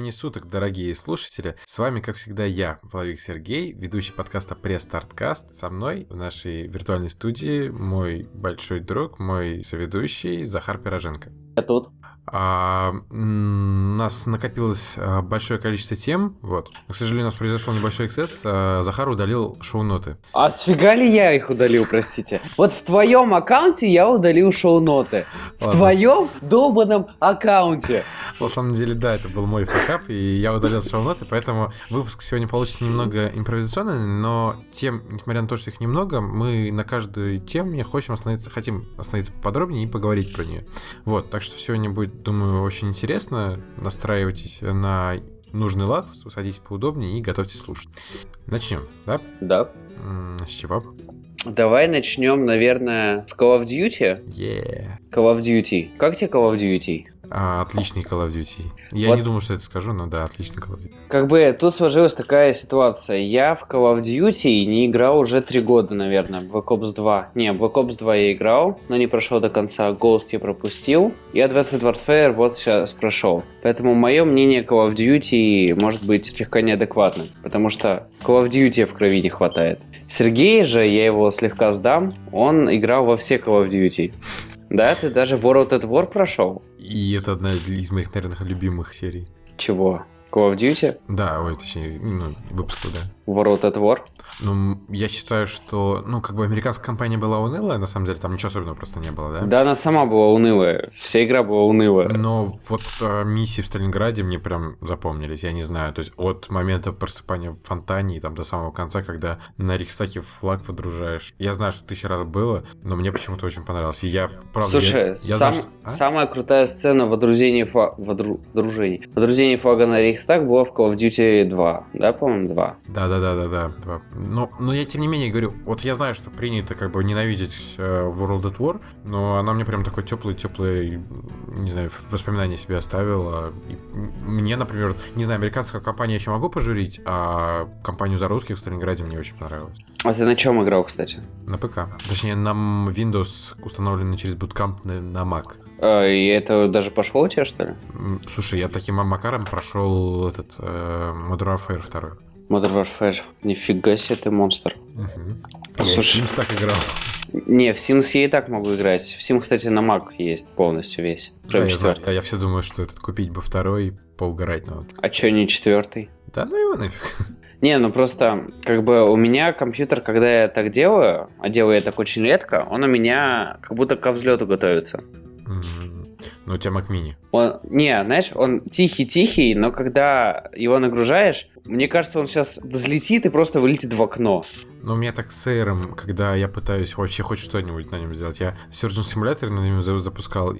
времени суток, дорогие слушатели. С вами, как всегда, я, Половик Сергей, ведущий подкаста «Пресс-старткаст». Со мной в нашей виртуальной студии мой большой друг, мой соведущий Захар Пироженко. Я тут. У нас накопилось большое количество тем, вот. Но, к сожалению, у нас произошел небольшой эксцесс. Захар удалил шоу-ноты. А сфига ли я их удалил, простите? Вот в твоем аккаунте я удалил шоу-ноты. В твоем долбанном аккаунте. На самом деле, да, это был мой факап, и я удалил шоу-ноты, поэтому выпуск сегодня получится немного импровизационный, но тем, несмотря на то, что их немного, мы на каждую тему хотим остановиться поподробнее и поговорить про нее. Вот, так что сегодня будет, думаю, очень интересно. Настраивайтесь на нужный лад, садитесь поудобнее и готовьтесь слушать. Начнем, да? Да. С чего? Давай начнем, наверное, с Call of Duty. Call of Duty. Как тебе Call of Duty? Отличный Call of Duty. Я не думал, что это скажу, но да, отличный Call of Duty. Как бы тут сложилась такая ситуация. Я в Call of Duty не играл уже 3 года, наверное. Black Ops 2. Не, Black Ops 2 я играл, но не прошел до конца. Ghost я пропустил. И Advanced Warfare вот сейчас прошел. Поэтому мое мнение Call of Duty может быть слегка неадекватным. Потому что Call of Duty в крови не хватает. Сергей же, я его слегка сдам, он играл во все Call of Duty. Да, ты даже World at War прошел? И это одна из моих, наверное, любимых серий. Чего? Call of Duty? Да, точнее, выпусков, да. World at War? Я считаю, что, американская компания была унылая, на самом деле, там ничего особенного просто не было, да? Да, она сама была унылая, вся игра была унылая. Но вот миссии в Сталинграде мне прям запомнились, я не знаю, то есть от момента просыпания в фонтане и там до самого конца, когда на Рейхстаге флаг водружаешь. Я знаю, что 1000 раз было, но мне почему-то очень понравилось. И я, правда, Слушай, самая крутая сцена водружения флага на Рейхстаг была в Call of Duty 2, да, по-моему, 2? Да. Но я, тем не менее, говорю, вот я знаю, что принято ненавидеть World at War, но она мне прям такое теплое, не знаю, воспоминание себе оставила. И мне, например, не знаю, американскую компанию я еще могу пожурить, а компанию за русских в Сталинграде мне очень понравилось. А ты на чем играл, кстати? На ПК. Точнее, на Windows, установленный через Bootcamp на Mac. И это даже пошло у тебя, что ли? Слушай, я таким макаром прошел Modern Warfare 2. Modern Warfare. Нифига себе ты монстр. Я в Sims так играл. Не, в Sims я и так могу играть. В Sims, кстати, на Mac есть полностью весь. Да, я все думаю, что купить бы второй, поугарать. А чё не 4? Да ну его нафиг. Не, просто, у меня компьютер, когда я так делаю, а делаю я так очень редко, он у меня как будто ко взлету готовится. Ну, у тебя Mac Mini. Он тихий, но когда его нагружаешь, мне кажется, он сейчас взлетит и просто вылетит в окно. Но у меня так с Air, когда я пытаюсь вообще хоть что-нибудь на нем сделать. Я Surgeon Simulator на нем запускал,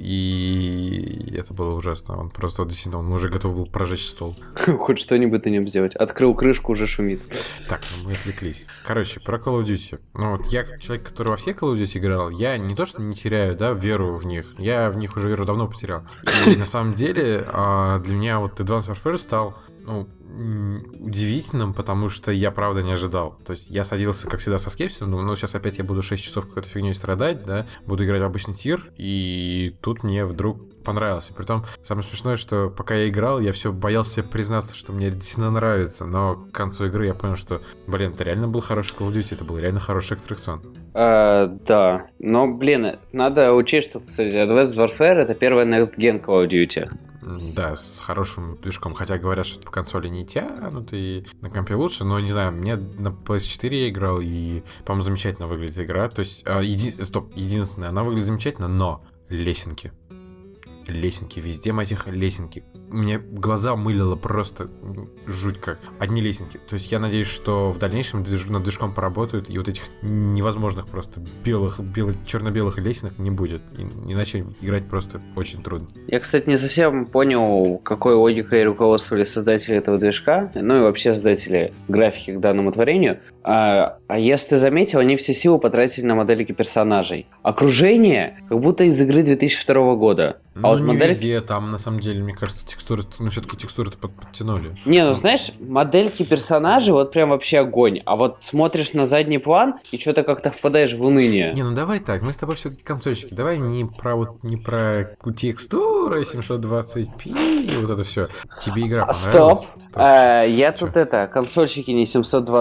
и это было ужасно. Он просто действительно, он уже готов был прожечь стол. Хоть что-нибудь на нем сделать. Открыл крышку, уже шумит. Так, мы отвлеклись. Короче, про Call of Duty. Я как человек, который во все Call of Duty играл, я не то что не теряю, веру в них. Я в них уже веру давно потерял. И на самом деле для меня Advanced Warfare стал удивительным, потому что я, правда, не ожидал. То есть я садился, как всегда, со скепсисом, думаю, сейчас опять я буду 6 часов какой-то фигней страдать, да, буду играть в обычный тир, и тут мне вдруг понравился. Притом, самое смешное, что пока я играл, я все боялся себе признаться, что мне действительно нравится, но к концу игры я понял, что, это реально был хороший Call of Duty, это был реально хороший аттракцион. Да, но, надо учесть, что, кстати, Advanced Warfare — это первая Next Gen Call of Duty. Да, с хорошим движком. Хотя говорят, что по консоли не тянут, и на компе лучше. Но, не знаю, мне на PS4 я играл, и, по-моему, замечательно выглядит игра. То есть, единственное, она выглядит замечательно, но лесенки, везде, мать их, лесенки. Мне глаза мылило просто жуть как. Одни лесенки. То есть я надеюсь, что в дальнейшем над движком поработают, и вот этих невозможных просто черно-белых лесенок не будет. Иначе играть просто очень трудно. Я, кстати, не совсем понял, какой логикой руководствовали создатели этого движка, ну и вообще создатели графики к данному творению. А если ты заметил, они все силы потратили на модельки персонажей. Окружение как будто из игры 2002 года. Ну, вот не модельки... везде, там, на самом деле, мне кажется, текстуры, ну, все-таки текстуры подтянули. Не, ну, знаешь, модельки персонажей вот прям вообще огонь. А вот смотришь на задний план и что-то как-то впадаешь в уныние. Не, ну давай так, мы с тобой все-таки консольщики. Давай не про текстуры 720p, вот это все. Тебе игра понравилась? Стоп. Я тут консольщики не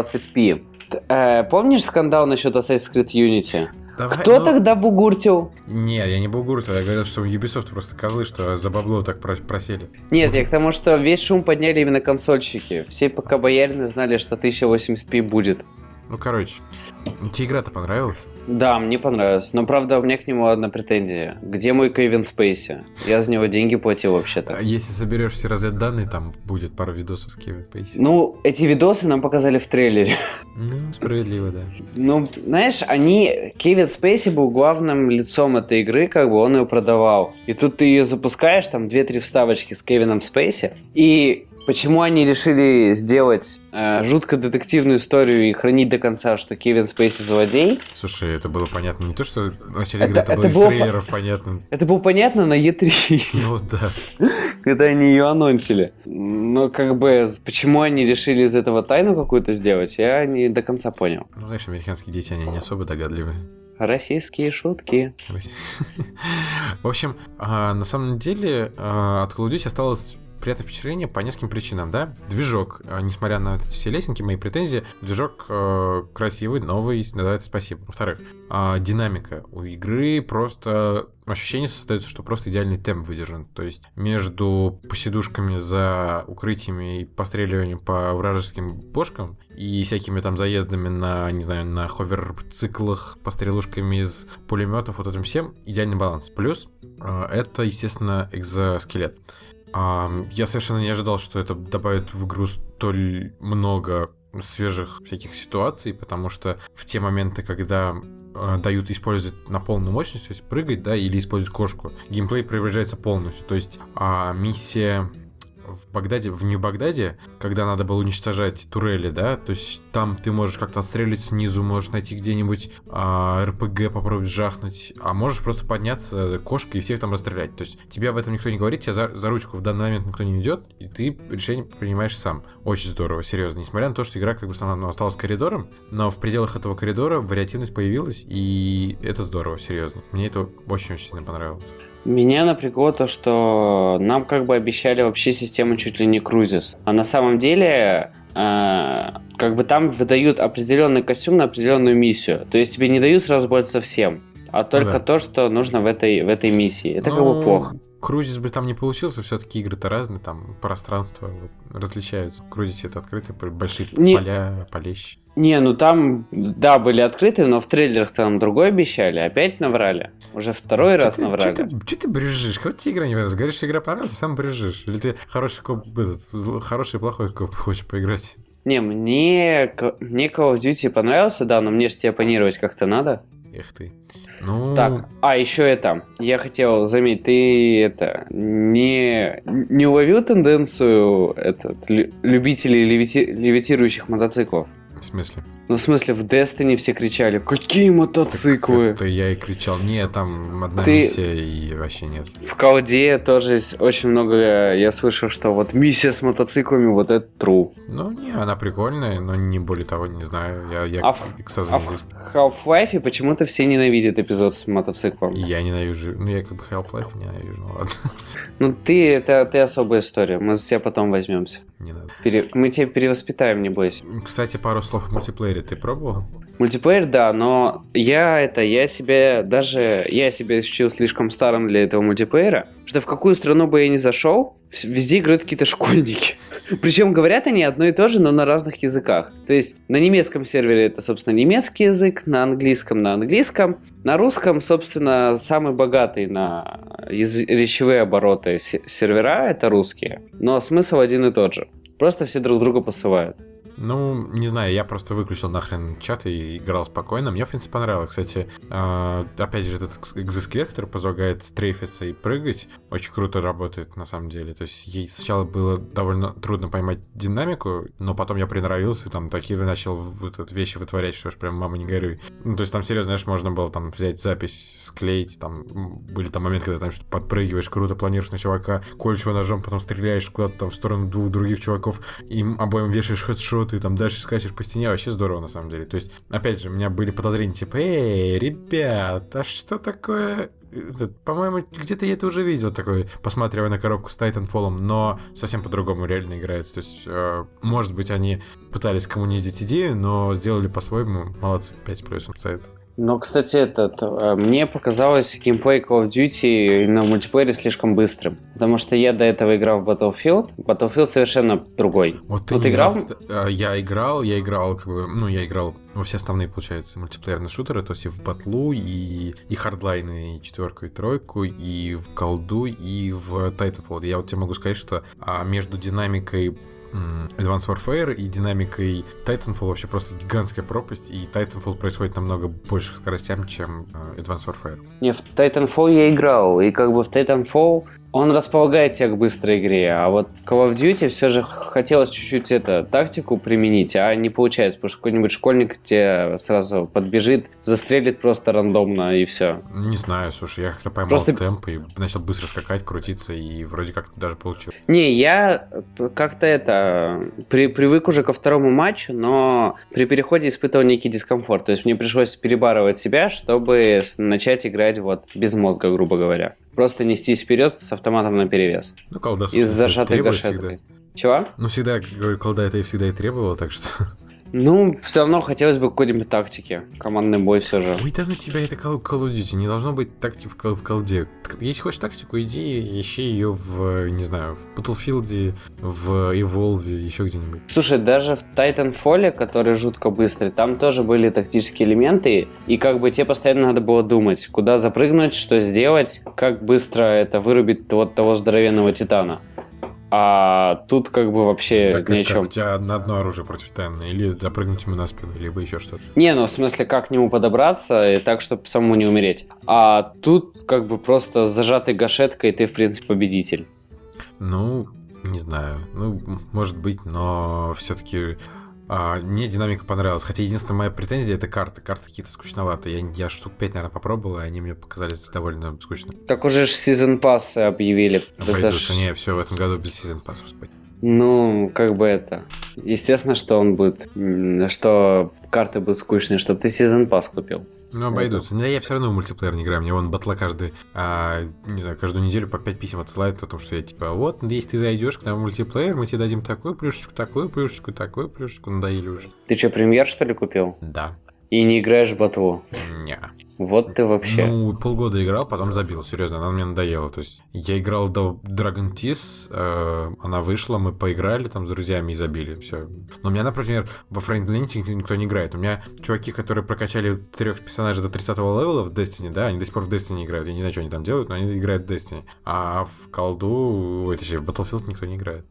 720p. Помнишь скандал насчет Assassin's Creed Unity? Давай, Кто тогда бугуртил? Не, я не бугуртил, я говорил, что Ubisoft просто козлы, что за бабло так просели. Нет, я к тому, что весь шум подняли именно консольщики. Все пока боярины знали, что 1080p будет. Ну, короче, тебе игра-то понравилась? Да, мне понравилось. Но, правда, у меня к нему одна претензия. Где мой Кевин Спейси? Я за него деньги платил вообще-то. Если соберешь все разведданные, там будет пару видосов с Кевин Спейси. Ну, эти видосы нам показали в трейлере. Ну, справедливо, да. Ну, знаешь, Кевин Спейси был главным лицом этой игры, как бы он ее продавал. И тут ты ее запускаешь, там 2-3 вставочки с Кевином Спейси, и почему они решили сделать жутко детективную историю и хранить до конца, что Кевин Спейси злодей? Слушай, это было понятно. Не то, что в начале игры это было из трейлеров понятно. Это было понятно на E3. Ну да. Когда они ее анонсили. Но как бы, почему они решили из этого тайну какую-то сделать, я не до конца понял. Ну, знаешь, американские дети, они не особо догадливые. Российские шутки. В общем, на самом деле от Call of Duty осталось приятное впечатление по нескольким причинам, да? Движок, несмотря на эти все лесенки, мои претензии, движок красивый, новый, за это спасибо. Во-вторых, динамика у игры просто... Ощущение создается, что просто идеальный темп выдержан. То есть между посидушками за укрытиями и постреливанием по вражеским бошкам и всякими там заездами на, не знаю, на ховер-циклах, пострелушками из пулеметов, вот этим всем идеальный баланс. Плюс это, естественно, экзоскелет. Я совершенно не ожидал, что это добавит в игру столь много свежих всяких ситуаций, потому что в те моменты, когда дают использовать на полную мощность, то есть прыгать, да, или использовать кошку, геймплей преображается полностью. То есть миссия в Багдаде, в Нью-Багдаде, когда надо было уничтожать турели, да, то есть там ты можешь как-то отстрелить снизу, можешь найти где-нибудь РПГ, попробовать жахнуть, а можешь просто подняться кошкой и всех там расстрелять. То есть тебе об этом никто не говорит, тебя за ручку в данный момент никто не идет, и ты решение принимаешь сам. Очень здорово, серьезно. Несмотря на то, что игра как бы сама осталась коридором, но в пределах этого коридора вариативность появилась, и это здорово, серьезно. Мне это очень-очень сильно понравилось. Меня напрягло то, что нам как бы обещали вообще систему чуть ли не крузис. А на самом деле, как бы там выдают определенный костюм на определенную миссию. То есть тебе не дают сразу пользоваться всем, а только то, что нужно в этой миссии. Это как бы плохо. Крузис бы там не получился, все-таки игры-то разные, там пространства различаются. В Крузисе это открытые большие поля, полещи. Не, ну там, да, были открыты, но в трейлерах там другое обещали, опять наврали. Уже второй раз наврали. Че ты брежишь? Кого тебе игра не понравилась? Говоришь, что игра понравилась, сам брежишь. Или ты хороший и плохой коп хочешь поиграть? Не, мне Call of Duty понравился, да, но мне же тебе оппонировать как-то надо. Эх ты. Ну... Так, еще я хотел заметить, ты не уловил тенденцию любителей левитирующих мотоциклов? В смысле? Ну, в смысле, в Destiny все кричали: какие мотоциклы? Это я и кричал. Нет, там одна миссия и вообще нет. В колде тоже очень много я слышал, что вот миссия с мотоциклами, вот это true. Ну, не, она прикольная, но не более того, не знаю. Я в Half-Life почему-то все ненавидят эпизод с мотоциклом. Я ненавижу. Ну, я как бы Half-Life ненавижу, ну ладно. Ну, ты особая история. Мы за тебя потом возьмемся. Не надо. Мы тебя перевоспитаем, не бойся. Кстати, пару слов о мультиплеере. Ты пробовал? Мультиплеер, да, но я себя ощутил слишком старым для этого мультиплеера, что в какую страну бы я ни зашел, везде играют какие-то школьники. Причем говорят они одно и то же, но на разных языках. То есть на немецком сервере это, собственно, немецкий язык, на английском, на русском, собственно, самый богатый на речевые обороты сервера — это русские. Но смысл один и тот же. Просто все друг друга посылают. Ну, не знаю, я просто выключил нахрен чат и играл спокойно. Мне, в принципе, понравилось. Кстати, опять же, этот экзоскелет, который позволяет стрейфиться и прыгать, очень круто работает, на самом деле. То есть ей сначала было довольно трудно поймать динамику, но потом я приноровился, там, такие начал вот вещи вытворять, что ж прям мама не горюй. Ну, то есть там, серьезно, знаешь, можно было там взять запись, склеить, там, были там моменты, когда там что-то подпрыгиваешь, круто планируешь на чувака, колешь его ножом, потом стреляешь куда-то там в сторону двух других чуваков, им обоим вешаешь хедшоты, там дальше скачешь по стене, вообще здорово, на самом деле. То есть, опять же, у меня были подозрения, типа, ребят, а что такое... По-моему, где-то я это уже видел, такой, посматривая на коробку с Titanfall, но совсем по-другому реально играется. То есть, может быть, они пытались коммунизить идею, но сделали по-своему. Молодцы, 5 плюсов за это. Но, кстати, мне показалось геймплей Call of Duty на мультиплеере слишком быстрым. Потому что я до этого играл в Battlefield. Battlefield совершенно другой. Вот ты играл? Я играл, как бы, ну, я играл во все основные, получается, мультиплеерные шутеры, то есть и в Батлу, и Хардлайн, и 4, и 3, и в Колду, и в Titanfall. Я вот тебе могу сказать, что между динамикой Advanced Warfare и динамикой Titanfall вообще просто гигантская пропасть, и Titanfall происходит намного больших скоростям, чем Advanced Warfare. Не, в Titanfall я играл, и как бы в Titanfall он располагает тебя к быстрой игре, а вот Call of Duty все же хотелось чуть-чуть тактику применить, а не получается, потому что какой-нибудь школьник тебе сразу подбежит, застрелит просто рандомно, и все. Не знаю, слушай, я как-то поймал темп и начал быстро скакать, крутиться, и вроде как даже получилось. Не, я как-то привык уже ко второму матчу, но при переходе испытывал некий дискомфорт, то есть мне пришлось перебарывать себя, чтобы начать играть вот без мозга, грубо говоря. Просто нестись вперед с автоматом наперевес. Ну, колда, и с зажатой гашеткой. Чего? Ну, всегда, говорю, колда это и всегда и требовала, так что... Ну, все равно хотелось бы какой-нибудь тактики. Командный бой все же. Ой, да ну тебя это Call of Duty. Не должно быть тактики в колде. Если хочешь тактику, иди ищи ее в, не знаю, в Battlefield, в Evolve, еще где-нибудь. Слушай, даже в Titanfall, который жутко быстрый, там тоже были тактические элементы, и как бы тебе постоянно надо было думать, куда запрыгнуть, что сделать, как быстро это вырубить вот того здоровенного титана. А тут как бы вообще так, ни о чем. У тебя на одно оружие против Титана, или запрыгнуть ему на спину, либо еще что-то. Не, ну в смысле, как к нему подобраться, и так, чтобы самому не умереть. А тут как бы просто с зажатой гашеткой ты, в принципе, победитель. Ну, не знаю. Ну, может быть, но все-таки... мне динамика понравилась. Хотя единственная моя претензия — это карты. Карты какие-то скучноватые. Я штук 5, наверное, попробовал, и они мне показались довольно скучными. Так уже ж Season Pass объявили. Обойдутся. Не, все, в этом году без Season Pass спать. Ну, как бы это... Естественно, что он будет... Что карты будут скучные, чтобы ты Season Pass купил. Ну, обойдутся. Но я все равно в мультиплеер не играю. Мне вон батла каждую неделю по 5 писем отсылает о том, что я типа, вот, если ты зайдешь к нам в мультиплеер, мы тебе дадим такую плюшечку, такую плюшечку, надоели уже. Ты что, премьер, что ли, купил? Да. И не играешь в батлу? Не. Вот ты вообще. Ну, полгода играл, потом забил, серьезно, она мне надоела. То есть я играл до Dragon Teeth, она вышла, мы поиграли там с друзьями и забили, все. Но у меня, например, во Friendly никто не играет. У меня чуваки, которые прокачали 3 персонажей до 30-го левела в Destiny, да, они до сих пор в Destiny играют. Я не знаю, что они там делают, но они играют в Destiny. А в колду, в Battlefield никто не играет.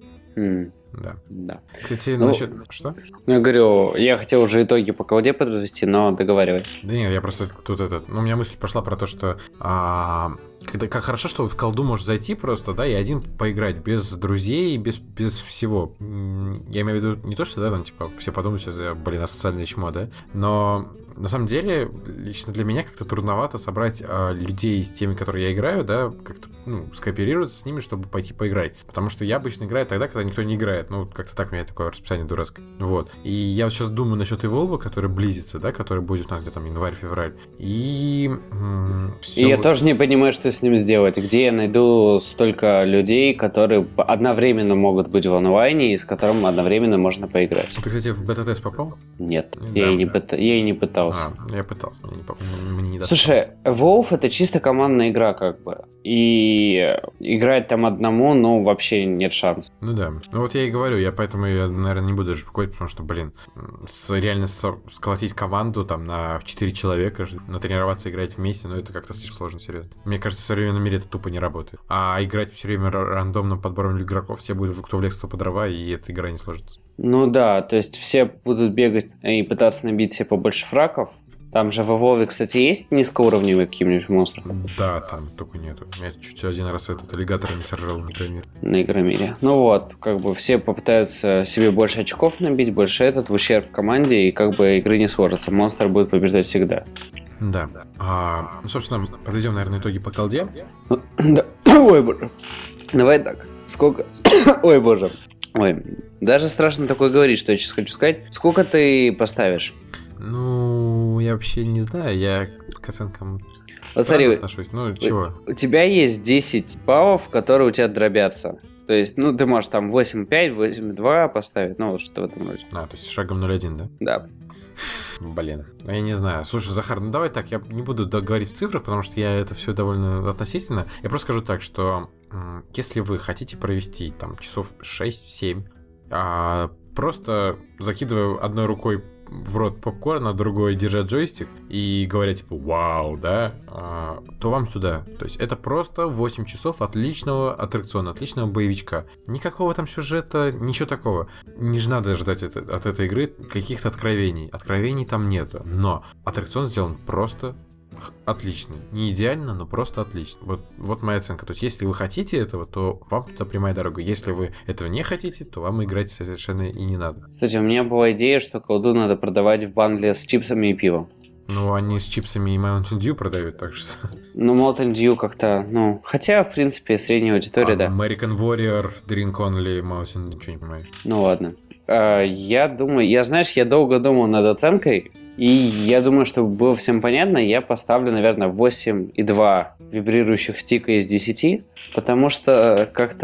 Да. Кстати, насчет... Что? Ну, я говорю, я хотел уже итоги по колде подвести, но договаривай. Да нет, я просто тут у меня мысль пошла про то, что как хорошо, что в колду можешь зайти просто, да, и один поиграть без друзей, без всего. Я имею в виду не то, что, да, там, типа, все подумают сейчас, асоциальное чмо, да, но на самом деле, лично для меня как-то трудновато собрать людей с теми, которые я играю, да, как-то, скооперироваться с ними, чтобы пойти поиграть. Потому что я обычно играю тогда, когда никто не играет. Ну, как-то так у меня такое расписание дурацкое. Вот. И я вот сейчас думаю насчет Evolve, который близится, да, который будет у нас где-то январь-февраль. И я тоже не понимаю, что с ним сделать. Где я найду столько людей, которые одновременно могут быть в онлайне и с которым одновременно можно поиграть? Ты, кстати, в бета-тест попал? Нет, я и не пытался. Я пытался, мне не достало. Слушай, WoW — это чисто командная игра, как бы. И играть там одному, вообще нет шансов. Ну да. Ну вот я и говорю, поэтому я, наверное, не буду даже покупать, потому что, реально сколотить команду там на 4 человека, натренироваться играть вместе, это как-то слишком сложно, серьезно. Мне кажется, кажется, в современном мире это тупо не работает. А играть все время рандомным подбором игроков, все будут кто в лес, кто по дрова, и эта игра не сложится. Ну да, то есть все будут бегать и пытаться набить себе побольше фраков. Там же во Вове, кстати, есть низкоуровневые какие-нибудь монстры? Да, там только нету. Я чуть один раз этот аллигатор не сожрал на Игромире. На Игромире. Ну вот, как бы все попытаются себе больше очков набить, больше в ущерб команде, и как бы игры не сложатся. Монстр будет побеждать всегда. Да. Собственно, подойдем, наверное, итоги по колде. Да. Ой, боже. Давай так. Сколько... Ой, боже. Ой, даже страшно такое говорить, что я сейчас хочу сказать. Сколько ты поставишь? Ну, я вообще не знаю, я к оценкам странно отношусь. Ну, чего? У тебя есть 10 баллов, которые у тебя дробятся. То есть, ну, ты можешь там 8,5, 8,2 поставить, ну, вот что в этом роде. То есть шагом 0,1, да? Да. Блин, я не знаю. Слушай, Захар, ну давай так, я не буду говорить в цифрах, потому что я это все довольно относительно. Я просто скажу так, что если вы хотите провести там часов 6-7, просто закидывая одной рукой в рот попкорн, а другой держа джойстик и говоря типа «Вау», да, то вам сюда. То есть это просто 8 часов отличного аттракциона, отличного боевичка. Никакого там сюжета, ничего такого. Не же надо ждать от этой игры каких-то откровений. Откровений там нету. Но аттракцион сделан просто отличный. Не идеально, но просто отлично. Вот моя оценка. То есть, если вы хотите этого, то вам туда прямая дорога. Если вы этого не хотите, то вам играть совершенно и не надо. Кстати, у меня была идея, что колду надо продавать в бандле с чипсами и пивом. Ну, они с чипсами и Mountain Dew продают, так что... Ну, Mountain Dew как-то, Хотя, в принципе, средняя аудитория, да. American Warrior, Drink Only, Mountain, ничего не понимаю. Ну, ладно. Я думаю... Я долго думал над оценкой, и я думаю, чтобы было всем понятно, я поставлю, наверное, 8,2 вибрирующих стика из 10, потому что как-то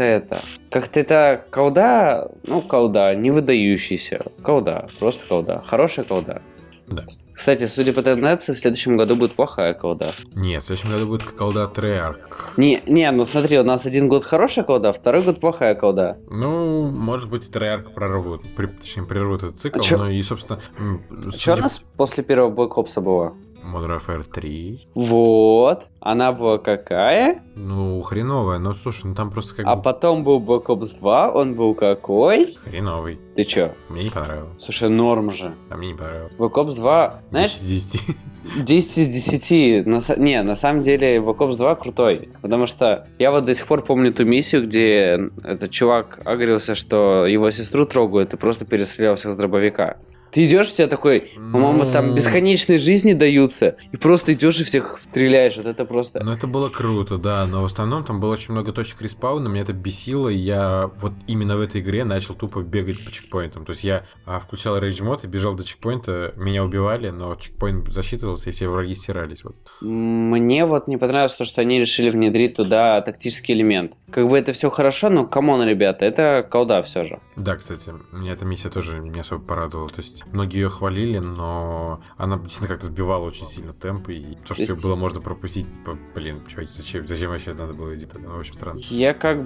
это колда, колда, не выдающийся, колда, просто колда, хорошая колда. Да. Кстати, судя по тенденции, в следующем году будет плохая колда. Нет, в следующем году будет колда Treyarch. Ну смотри, у нас один год хорошая колда, второй год плохая колда. Ну, может быть, Treyarch прорвут, прервут этот цикл, но и, собственно... Что у нас после первого Black Ops было? Modern Warfare 3. Вот. Она была какая? Ну, хреновая. Ну, слушай, там просто как бы... потом был Black Ops 2, он был какой? Хреновый. Ты чё? Мне не понравилось. Слушай, норм же. А мне не понравилось. Black Ops 2, знаешь... 10 из 10. 10 из 10. На самом деле Black Ops 2 крутой. Потому что я вот до сих пор помню ту миссию, где этот чувак агрился, что его сестру трогают и просто перестрелял всех с дробовика. Ты идешь, у тебя такой, по-моему, там бесконечные жизни даются, и просто идешь и всех стреляешь. Вот это просто... Ну, это было круто, да, но в основном там было очень много точек респауна, меня это бесило, и я вот именно в этой игре начал тупо бегать по чекпоинтам. То есть я включал рейдж мод и бежал до чекпоинта, меня убивали, но чекпоинт засчитывался, и все враги стирались. Вот. Мне вот не понравилось то, что они решили внедрить туда тактический элемент. Как бы это все хорошо, но камон, ребята, это колда все же. Да, кстати, меня эта миссия тоже не особо порадовала, то есть многие ее хвалили, но она действительно как-то сбивала очень сильно темп, и то, что было можно пропустить, блин, чуваки, зачем вообще надо было идти? Ну, в общем, странно. Я как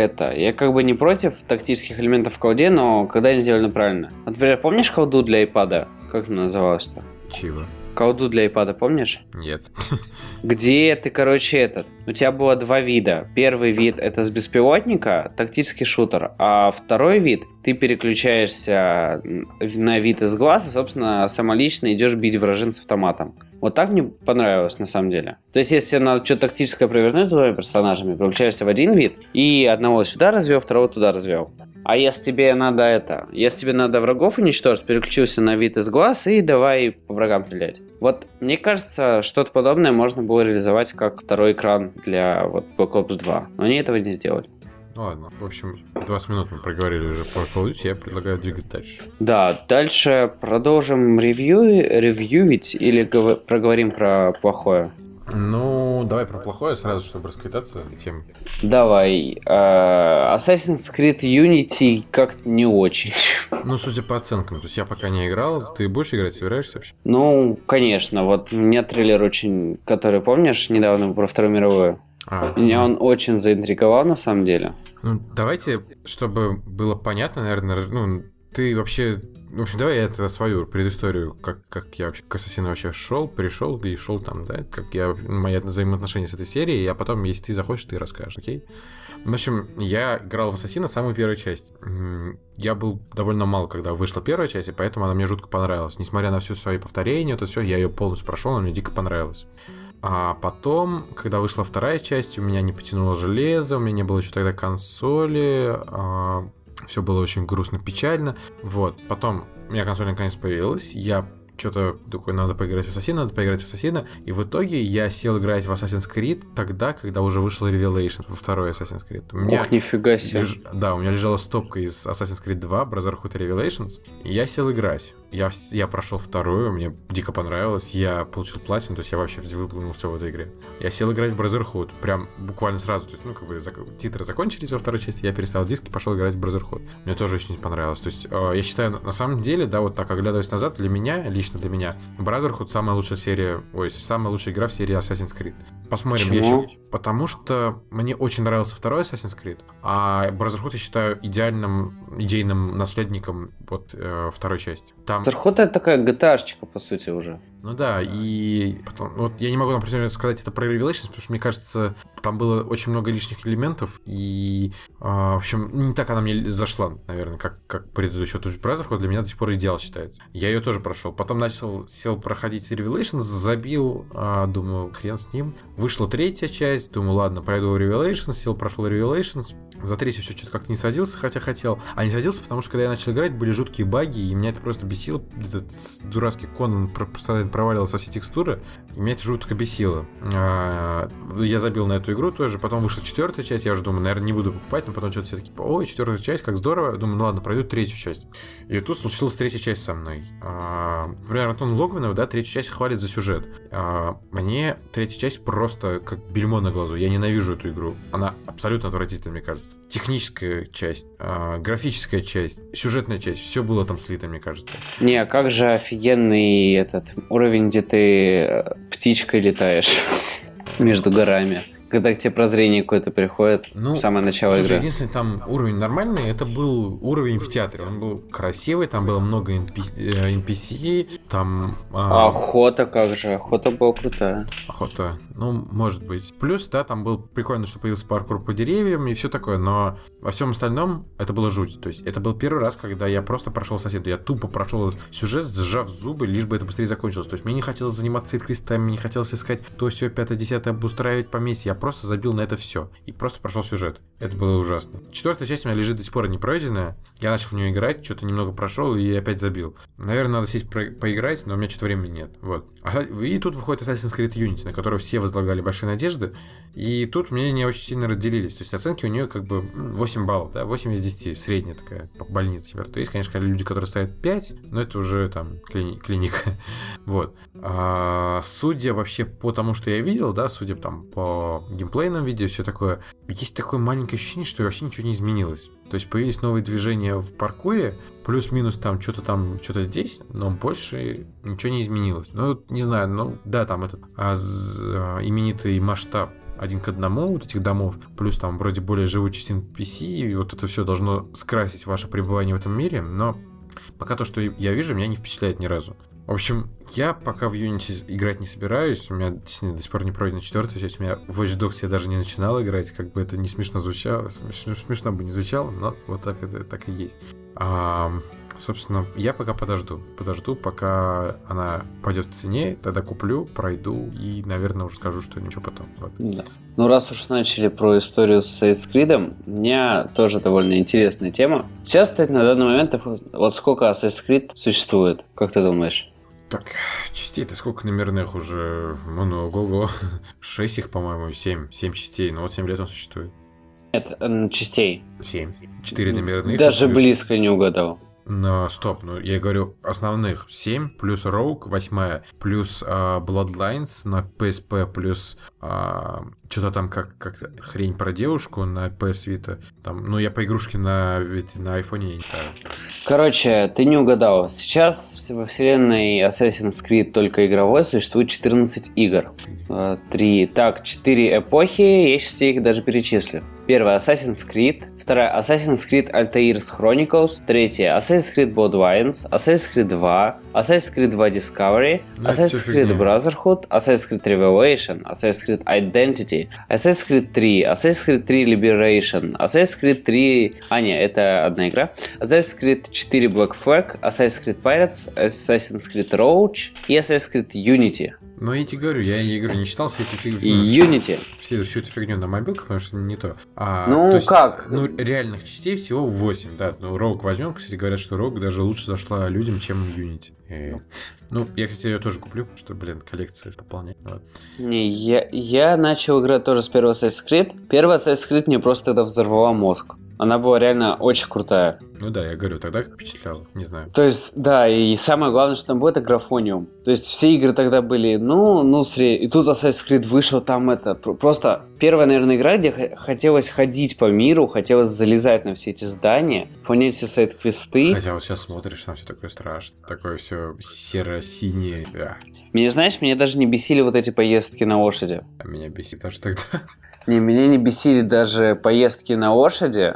бы не против тактических элементов в колде, но когда они сделаны правильно. Например, помнишь колду для iPad? Как она называлась-то? Чего? Колду для iPad, помнишь? Нет. Где ты, у тебя было два вида. Первый вид — это с беспилотника, тактический шутер, а второй вид — ты переключаешься на вид из глаз и, собственно, самолично идешь бить вражин с автоматом. Вот так мне понравилось, на самом деле. То есть, если надо что-то тактическое провернуть с двумя персонажами, переключаешься в один вид, и одного сюда развел, второго туда развел. А если тебе надо врагов уничтожить, переключился на вид из глаз и давай по врагам стрелять. Вот, мне кажется, что-то подобное можно было реализовать как второй экран для вот Black Ops 2, но они этого не сделали. Ну ладно, в общем, 20 минут мы проговорили уже по Call of Duty, я предлагаю двигать дальше. Да, дальше продолжим ревьюить или проговорим про плохое? Ну, давай про плохое сразу, чтобы расквитаться тем. Давай. Assassin's Creed Unity как-то не очень. Ну, судя по оценкам, то есть я пока не играл. Ты будешь играть, собираешься вообще? Ну, конечно. Вот у меня трейлер очень, который, помнишь, недавно про Вторую мировую? Меня он очень заинтриговал, на самом деле. Ну, давайте, чтобы было понятно, наверное, ты вообще... В общем, давай я это свою предысторию, как я вообще к Ассасину вообще пришел и шел там, да, как мои взаимоотношения с этой серией, а потом, если ты захочешь, ты расскажешь, окей? В общем, я играл в Ассасина самую первую часть. Я был довольно мал, когда вышла первая часть, и поэтому она мне жутко понравилась. Несмотря на все свои повторения, это все, я ее полностью прошел, она мне дико понравилась. А потом, когда вышла вторая часть, у меня не потянуло железо, у меня не было еще тогда консоли, все было очень грустно, печально. Вот, потом у меня консоль наконец появилась, я что-то такое, надо поиграть в Ассасина, и в итоге я сел играть в Assassin's Creed тогда, когда уже вышел Revelation, во второй Assassin's Creed. Ох, нифига себе. Да, у меня лежала стопка из Assassin's Creed 2, Brotherhood и Revelations, и я сел играть. Я прошел вторую, мне дико понравилось, я получил платину, то есть я вообще выполнил все в этой игре. Я сел играть в Brotherhood, прям буквально сразу, то есть, титры закончились во второй части, я переставил диск и пошел играть в Brotherhood. Мне тоже очень понравилось, то есть я считаю, на самом деле, да, вот так оглядываясь назад, лично для меня, Brotherhood самая лучшая самая лучшая игра в серии Assassin's Creed. Посмотрим. Почему? Потому что мне очень нравился второй Assassin's Creed, а Brotherhood я считаю идейным наследником второй части. Brotherhood — это такая GTA-шечка, по сути, уже. Ну да, и потом, вот я не могу, например, сказать это про Revelations, потому что, мне кажется, там было очень много лишних элементов, и, в общем, не так она мне зашла, наверное, как предыдущий. Вот Brotherhood для меня до сих пор идеал считается. Я ее тоже прошел. Потом сел проходить Revelations, забил, думаю, хрен с ним. Вышла третья часть, думаю, ладно, пройду Revelations, прошел Revelations. За третью все что-то как-то не садился, хотя хотел. А не садился, потому что когда я начал играть, были жуткие баги, и меня это просто бесило. Этот дурацкий Конан постоянно проваливался во все текстуры, и меня это жутко бесило. Я забил на эту игру тоже, потом вышла четвертая часть, я уже думаю, наверное, не буду покупать, но потом что-то все таки, ой, четвертая часть, как здорово. Думаю, ну ладно, пройду третью часть. И тут случилась третья часть со мной. Например, Антон Логвинов, да, третью часть хвалит за сюжет. Мне третья часть просто как бельмо на глазу. Я ненавижу эту игру. Она абсолютно отвратительная, мне кажется. Техническая часть, графическая часть, сюжетная часть, все было там слито, мне кажется. Не, а как же офигенный этот уровень, где ты птичкой летаешь между горами, когда к тебе прозрение какое-то приходит в самое начало игры. Единственный там уровень нормальный, это был уровень в театре. Он был красивый, там было много NPC, там... Охота как же, охота была крутая. Охота, ну, может быть. Плюс, да, там был прикольно, что появился паркур по деревьям и все такое, но во всем остальном это было жуть. То есть это был первый раз, когда я просто прошел соседу. Я тупо прошел сюжет, сжав зубы, лишь бы это быстрее закончилось. То есть мне не хотелось заниматься квестами, мне не хотелось искать то, все, 5-10, обустраивать поместье. Я просто забил на это все. И просто прошел сюжет. Это было ужасно. Четвертая часть у меня лежит до сих пор не пройденная. Я начал в нее играть, что-то немного прошел и опять забил. Наверное, надо сесть поиграть, но у меня что-то времени нет. Вот. И тут выходит Assassin's Creed Unity, на которого все возлагали большие надежды. И тут мнения очень сильно разделились. То есть оценки у нее как бы 8 баллов, да, 8 из 10, средняя такая, по больнице. То есть, конечно, люди, которые ставят 5, но это уже там клиника. Вот. Судя вообще по тому, что я видел, да, судя там по геймплейным видео, все такое, есть такое маленькое ощущение, что вообще ничего не изменилось. То есть появились новые движения в паркуре, плюс-минус что-то здесь, но больше ничего не изменилось. Ну, не знаю, ну, да, там этот именитый масштаб 1:1 вот этих домов, плюс там вроде более живучесть NPC, и вот это все должно скрасить ваше пребывание в этом мире, но пока то, что я вижу, меня не впечатляет ни разу. В общем, я пока в Unity играть не собираюсь, у меня действительно до сих пор не пройдена четвертая часть, у меня в Watch Dogs я даже не начинал играть, как бы это не смешно звучало, смешно бы не звучало, но вот так это так и есть. Собственно, я пока подожду, пока она пойдет в цене, тогда куплю, пройду и, наверное, уже скажу что-нибудь потом. Вот. Да. Ну, раз уж начали про историю с Assassin's Creed, у меня тоже довольно интересная тема. Сейчас, кстати, на данный момент, вот сколько Assassin's Creed существует, как ты думаешь? Так, частей-то сколько номерных уже? Ну, ого-го. 6 их, по-моему, 7 частей, но вот 7 лет он существует. Нет, частей. 7. 4 номерных. Даже близко не угадал. Но стоп, ну я говорю основных 7, плюс Rogue 8, плюс Bloodlines на PSP, плюс что-то там как хрень про девушку на PS Vita. Там, ну я по игрушке на айфоне не ставлю. Короче, ты не угадал. Сейчас во вселенной Assassin's Creed только игровой существует 14 игр. 4 эпохи, я сейчас их даже перечислю. Первая Assassin's Creed, вторая Assassin's Creed Altair's Chronicles, третья Assassin's Creed Bloodlines, Assassin's Creed 2, Assassin's Creed 2 Discovery, Assassin's Creed Brotherhood, Assassin's Creed Revelation, Assassin's Creed Identity, Assassin's Creed 3, Assassin's Creed 3 Liberation, Assassin's Creed 3... это одна игра. Assassin's Creed 4 Black Flag, Assassin's Creed Pirates, Assassin's Creed Roach и Assassin's Creed Unity. Ну, я тебе говорю, я игры не читал, все эти фигни. Unity. Всю эту фигню на мобилках, потому что не то. То есть, как? Реальных частей всего 8, да. Ну, Rogue возьмем, кстати, говорят, что Rogue даже лучше зашла людям, чем Unity. Я, кстати, ее тоже куплю, потому что, коллекция пополняет. Вот. Не, я начал играть тоже с первого Assassin's Creed. Первый Assassin's Creed мне просто тогда взорвала мозг. Она была реально очень крутая. Ну да, я говорю, тогда впечатляло, не знаю. То есть, да, и самое главное, что там был, это графониум. То есть все игры тогда были, и тут Assassin's Creed вышел, там это... Просто первая, наверное, игра, где хотелось ходить по миру, хотелось залезать на все эти здания, понять все сайт-квесты. Хотя вот сейчас смотришь, там все такое страшное, такое все серо-синее. Да. Меня даже не бесили вот эти поездки на лошади. А меня бесит даже тогда. Меня не бесили даже поездки на лошади,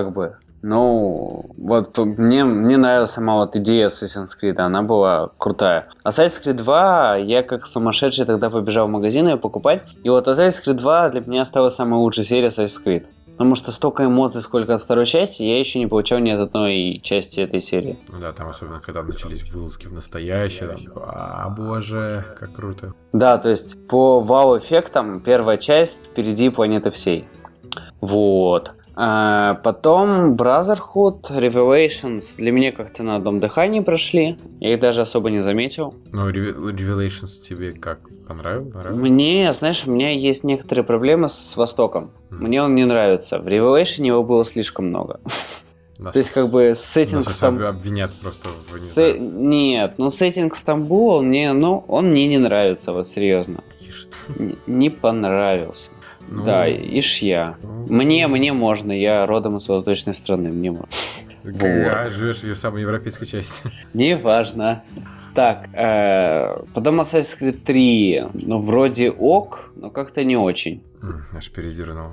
вот мне нравилась сама вот идея Assassin's Creed, она была крутая. Assassin's Creed 2, я как сумасшедший тогда побежал в магазин ее покупать, и вот Assassin's Creed 2 для меня стала самой лучшей серией Assassin's Creed. Потому что столько эмоций, сколько от второй части, я еще не получал ни от одной части этой серии. Ну да, там особенно, когда начались вылазки в настоящее, боже, как круто. Да, то есть по вау-эффектам первая часть впереди планеты всей. Вот. Потом Brotherhood, Revelations для меня как-то на одном дыхании прошли. Я их даже особо не заметил. Ну, Revelations тебе как? Понравилось? Мне, знаешь, у меня есть некоторые проблемы с Востоком. Мне он не нравится. В Revelation его было слишком много. То есть, сеттинг Стамбула... обвинят просто в... Нет, сеттинг Стамбула, он мне не нравится, вот серьезно. Не понравился. Да, ишь я. Мне можно, я родом из восточной страны, мне можно. Живешь в ее самой европейской части. Неважно. Так, потом Assassin's Creed 3, вроде ок, но как-то не очень. Аж передернуло.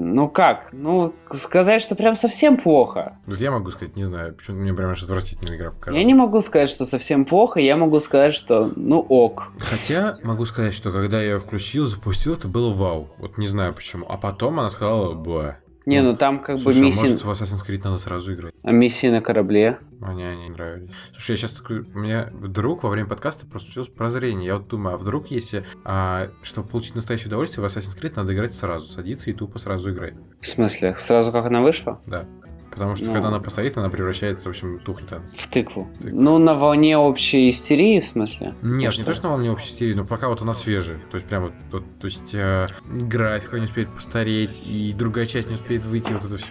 Сказать, что прям совсем плохо. Я могу сказать, не знаю, почему-то мне прям аж отвратительная игра показалась. Я не могу сказать, что совсем плохо, я могу сказать, что, ок. Хотя, могу сказать, что когда я ее включил, запустил, это было вау. Вот не знаю почему. А потом она сказала, бла. Не, там слушай, миссии... может, в Assassin's Creed надо сразу играть? А миссии на корабле? Мне они нравились. Слушай, я сейчас такой... У меня вдруг во время подкаста просто случилось прозрение. Я вот думаю, а вдруг если... чтобы получить настоящее удовольствие, в Assassin's Creed надо играть сразу. Садиться и тупо сразу играть. В смысле? Сразу как она вышла? Да. Потому что, когда она постоит, она превращается, в общем, тухнет. В тыкву. На волне общей истерии, в смысле? Нет, не то, что на волне общей истерии, но пока вот она свежая. То есть, прям вот то есть, графика не успеет постареть, и другая часть не успеет выйти, вот это все.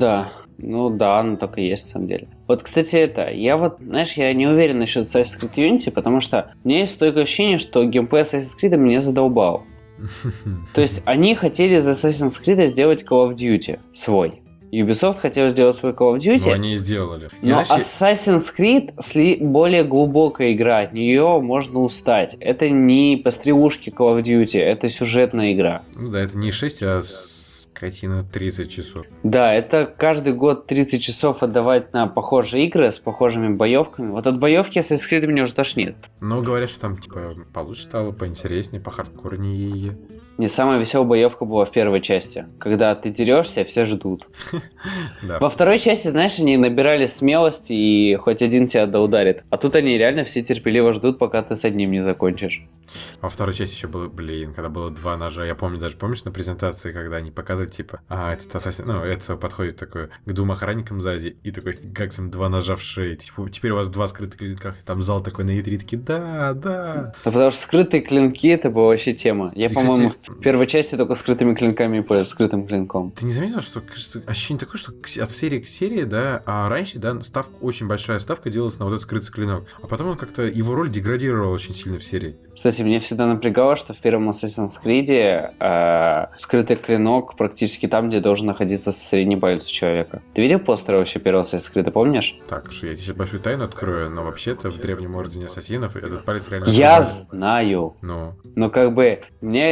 Оно так и есть, на самом деле. Вот, кстати, я я не уверен насчет Assassin's Creed Unity, потому что у меня есть стойкое ощущение, что геймплей Assassin's Creed меня задолбал. То есть, они хотели из Assassin's Creed сделать Call of Duty свой. Ubisoft хотел сделать свой Call of Duty. Но они и сделали. Но Assassin's Creed более глубокая игра, от нее можно устать. Это не пострелушки Call of Duty, это сюжетная игра. Это не 6, а скотина 30 часов. Да, это каждый год 30 часов отдавать на похожие игры с похожими боевками. Вот от боевки Assassin's Creed меня уже тошнит. Говорят, что там получше стало, поинтереснее, похардкорнее. Не самая веселая боевка была в первой части, когда ты дерешься, все ждут. Во второй части, знаешь, они набирали смелости, и хоть один тебя ударит. А тут они реально все терпеливо ждут, пока ты с одним не закончишь. Во второй части еще было, когда было 2 ножа. Я помню, даже помнишь на презентации, когда они показывают, этот ассасин, Эцио подходит такой к 2 охранникам сзади, и такой, как там 2 ножа в шее. Теперь у вас 2 скрытых клинка, и там зал такой на E3, такие, да. Потому что скрытые клинки, это была вообще тема. Я, по-моему, в первой части только скрытыми клинками по скрытым клинком. Ты не заметил, что, кажется, ощущение такое, что от серии к серии, да, а раньше, да, очень большая ставка делалась на вот этот скрытый клинок. А потом он как-то, его роль деградировала очень сильно в серии. Кстати, меня всегда напрягало, что в первом Assassin's Creed скрытый клинок практически там, где должен находиться средний палец у человека. Ты видел постеры вообще первого Assassin's Creed, помнишь? Так, что я тебе сейчас большую тайну открою, но вообще-то в Древнем Ордене Ассасинов этот палец реально... Я знаю. Но Но мне это как-то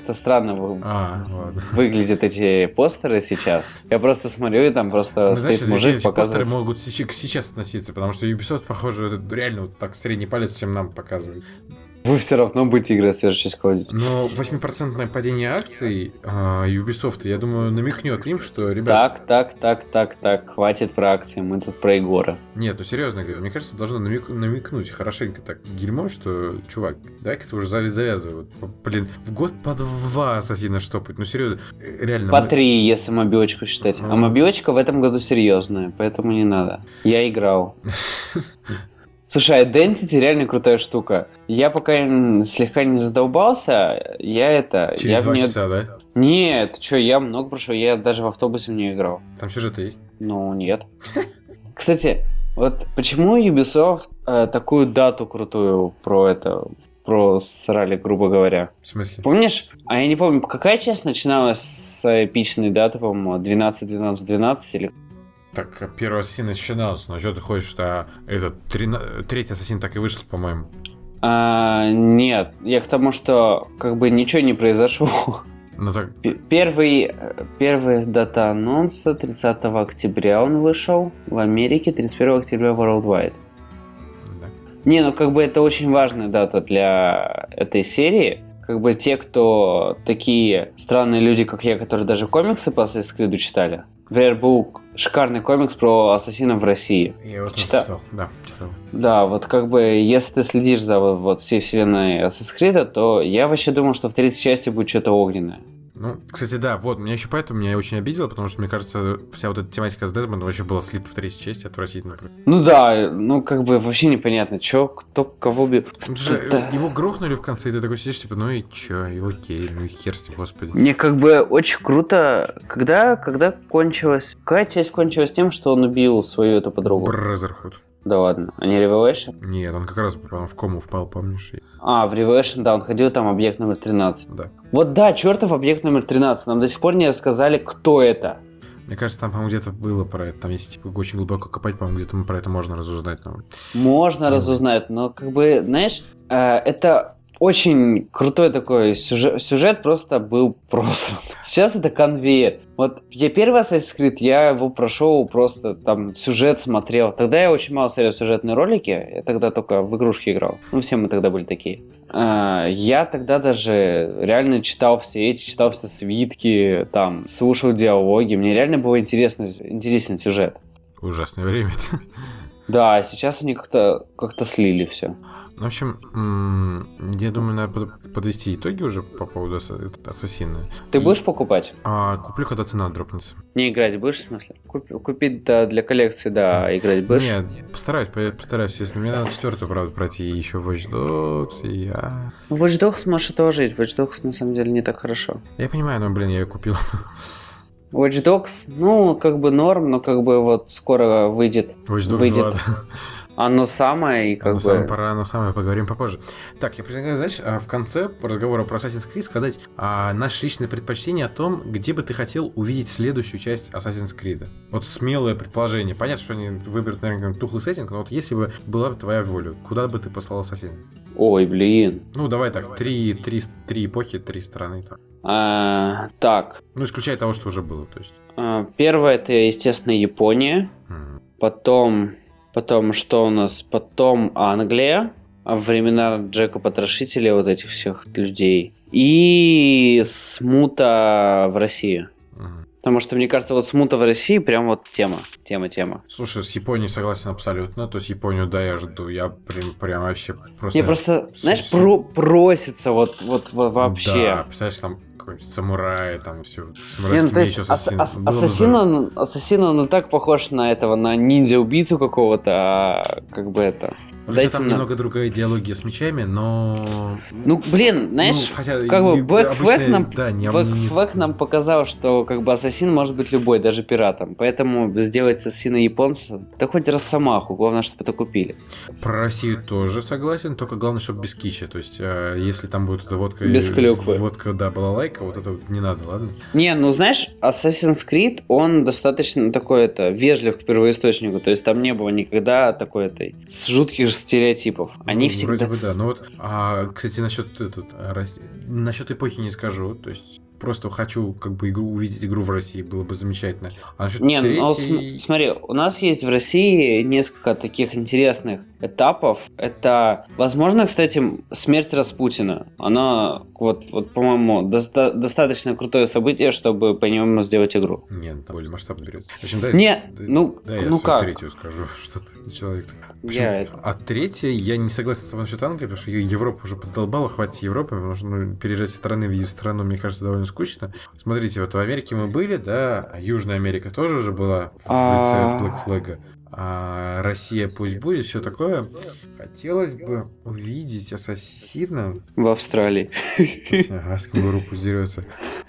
как-то странно ладно. выглядят эти постеры сейчас. Я просто смотрю, и там просто стоит мужик, эти показывает. постеры могут сейчас относиться, потому что Ubisoft, похоже, реально вот так средний палец всем нам показывает. Вы все равно будете играть в свежую часть Call of Duty. Но 8% падение акций Ubisoft, я думаю, намекнет им, что, ребят... Так, хватит про акции, мы тут про Егора. Нет, ну серьезно говорю, мне кажется, должно намекнуть хорошенько так дерьмо, что, чувак, дай-ка ты уже завязывай. Вот, блин, в год по 2 ассасина штопать, ну серьезно, реально... По 3, если мобилочку считать. А мобилочка в этом году серьезная, поэтому не надо. Я играл. Слушай, Identity реально крутая штука. Я пока слегка не задолбался, Через 2 часа, да? Нет, что, я много прошел, я даже в автобусе в нее играл. Там сюжеты есть? Ну, нет. Кстати, вот почему Ubisoft такую дату крутую просрали, грубо говоря? В смысле? Помнишь? А я не помню, какая часть начиналась с эпичной даты, по-моему, 12-12-12 или... Так, первый ассасин начинался, но что ты хочешь, что третий ассасин так и вышел, по-моему. Нет, я к тому, что как бы ничего не произошло. Ну так... Первый дата анонса 30 октября он вышел в Америке, 31 октября Worldwide. Да. Не, ну как бы это очень важная дата для этой серии. Как бы те, кто такие странные люди, как я, которые даже комиксы по Assassin's Creed читали. Например, был шикарный комикс про ассасинов в России. Я его тоже читал. Да, читал. Да, вот как бы, если ты следишь за вот всей вселенной Assassin's Creed, то я вообще думал, что в третьей части будет что-то огненное. Ну, кстати, да, вот, меня еще поэтому меня очень обидело, потому что, мне кажется, вся вот эта тематика с Дезмондом вообще была слита в третьей части, отвратительно. Ну да, ну как бы вообще непонятно, чё, кто кого бил. Его грохнули в конце, и ты такой сидишь, типа, ну и чё, и окей, ну и хер с ним, господи. Мне как бы очень круто, когда кончилась, какая часть кончилась тем, что он убил свою эту подругу? Brotherhood. Да ладно, а не Revelation? Нет, он как раз потом в кому впал, помнишь? В Revelation, да, он ходил там объект номер 13. Да. Вот да, чертов объект номер 13, нам до сих пор не рассказали, кто это. Мне кажется, там, по-моему, где-то было про это. Там, если типа, очень глубоко копать, по-моему, где-то про это можно разузнать. Но... Можно разузнать, но как бы, знаешь, это очень крутой такой сюжет просто был просран. Сейчас это конвейер. Вот я первый Assassin's Creed, я его прошел просто там сюжет смотрел. Тогда я очень мало смотрел сюжетные ролики, я тогда только в игрушки играл. Ну, все мы тогда были такие. Я тогда даже реально читал все свитки, там, слушал диалоги. Мне реально было интересен сюжет. Ужасное время. Да, сейчас они как-то слили все. В общем, я думаю, надо подвести итоги уже по поводу Ассасина. Ты будешь покупать? Куплю, когда цена дропнется. Не играть будешь, в смысле? Купить для коллекции, да, играть будешь? Нет, постараюсь. Если мне надо 4-ю, правда, пройти, и еще Watch Dogs, и я... Watch Dogs можешь отложить. Watch Dogs на самом деле не так хорошо. Я понимаю, но, я ее купил. Watch Dogs, ну, как бы норм, но как бы вот скоро выйдет. Watch Dogs 2, да. Оно самое, и как бы... Оно самое, поговорим попозже. Так, я предлагаю, знаешь, в конце разговора про Assassin's Creed сказать наше личное предпочтение о том, где бы ты хотел увидеть следующую часть Assassin's Creed. Вот смелое предположение. Понятно, что они выберут, наверное, тухлый сеттинг, но вот если бы была бы твоя воля, куда бы ты послал Ассасина? Ой, блин. Ну, давай так, три эпохи, 3 страны. Так. Ну, исключая того, что уже было, то есть. Первое, это, естественно, Япония. Потом что у нас? Потом Англия. Времена Джека Потрошителя, вот этих всех людей. И смута в России. Потому что, мне кажется, вот смута в России прям вот тема. Слушай, с Японией согласен абсолютно. То есть Японию, да, я жду. Я прям вообще просто... Мне просто, знаешь, просится вот вообще. Да, представляешь, там какой-нибудь самурай, там все. Самурайский меч, Ассасин, он так похож на этого, на ниндзя-убийцу какого-то, а как бы это... Хотя там немного другая идеология с мечами, но... Ну, блин, знаешь, как бы Black Flag нам показал, что как бы ассасин может быть любой, даже пиратом. Поэтому сделать ассасина японца, да хоть Росомаху, главное, чтобы это купили. Про Россию тоже согласен, только главное, чтобы без кичи. То есть, если там будет эта водка... Без клюквы. Водка, да, балалайка, вот это не надо, ладно? Не, ну знаешь, Assassin's Creed, он достаточно такой, вежлив к первоисточнику. То есть там не было никогда такой, жутких стереотипов. Они Ну, всегда... вроде бы да. Но вот, кстати, насчет эпохи не скажу. То есть просто хочу как бы увидеть игру в России, было бы замечательно. А насчет Не, ну третьей... смотри, у нас есть в России несколько таких интересных этапов. Это, возможно, кстати, смерть Распутина. Она, вот по-моему, достаточно крутое событие, чтобы по нему сделать игру. Нет, там более масштабно берется. В общем, да, Не, да, ну, да, я ну свою как? третью скажу, что ты человек. В общем, Я... а третья, я не согласен с тобой насчет Англии, потому что Европа уже задолбала, хватит Европы, потому что переезжать из страны в страну, мне кажется, довольно скучно. Смотрите, вот в Америке мы были, да, Южная Америка тоже уже была в лице Black Flag. А Россия пусть будет, все такое. Хотелось бы увидеть Ассасина. В Австралии. Ага, с кенгуру пусть дерется.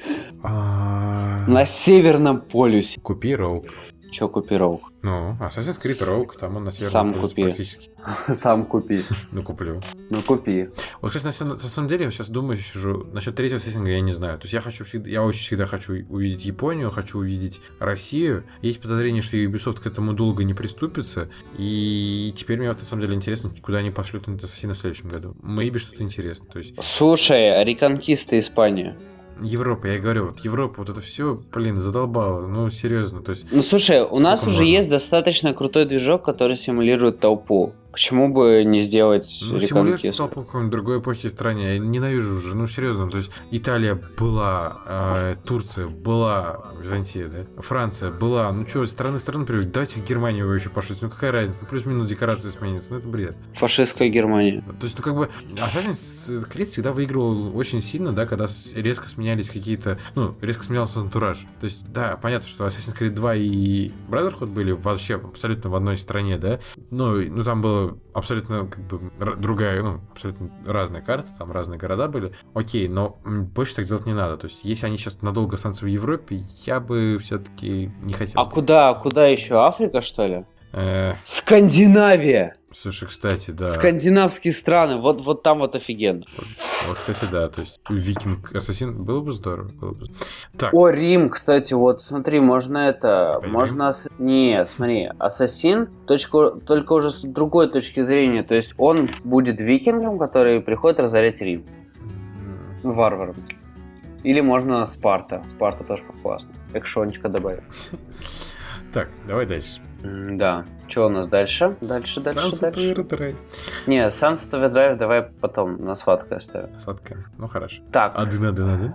На Северном полюсе. Купи Роук. Че купи Роук? Ну, Assassin's Creed Rogue, там он на Сам Северном полюсе купи. практически. Сам купи. Ну, куплю. Ну, купи. Вот, кстати, на самом деле, я сейчас думаю, сижу, насчет третьего сеттинга я не знаю. То есть я очень всегда хочу увидеть Японию, хочу увидеть Россию. Есть подозрение, что Ubisoft к этому долго не приступится. И теперь мне вот на самом деле интересно, куда они пошлют этот Ассасина в следующем году. Maybe что-то интересное. То есть... Слушай, Реконкиста Испания. Европа, я говорю, вот Европа, вот это все, блин, задолбало, ну, серьезно, то есть... Ну, слушай, у нас уже есть достаточно крутой движок, который симулирует толпу. Почему бы не сделать симулируется толпу в какой-нибудь другой эпохи стране, я ненавижу уже, ну, серьезно, то есть Италия была, Турция была, Византия, да, Франция была, ну, что, страны приводят, давайте в Германию вы еще пошлите, ну, какая разница, ну, плюс-минус декорации сменится, ну, это бред. Фашистская Германия. То есть, ну, как бы, Assassin's Creed всегда выигрывал очень сильно, да, когда резко сменялись какие-то, ну, резко сменялся антураж. То есть, да, понятно, что Assassin's Creed 2 и Brotherhood были вообще абсолютно в одной стране, да, ну там было абсолютно, как бы, другая, ну, абсолютно разная карта, там разные города были. Окей, но больше так делать не надо. То есть, если они сейчас надолго останутся в Европе, я бы все-таки не хотел. А куда еще? Африка, что ли? Скандинавия! Слушай, кстати, да. Скандинавские страны, вот там вот офигенно. Вот, кстати, да, то есть Викинг-ассасин было бы здорово. Так. О, Рим, кстати, вот смотри, можно это, Опять можно... Нет, смотри, ассасин, только уже с другой точки зрения, то есть он будет викингом, который приходит разорять Рим. Варваром. Или можно Спарта тоже классно. Экшончика добавить. Так, давай дальше. Да. Что у нас дальше? Дальше. Sunset Overdrive. Не, Sunset Overdrive давай потом на сладкое оставим. Сладкое. Ну, хорошо. Так. Один.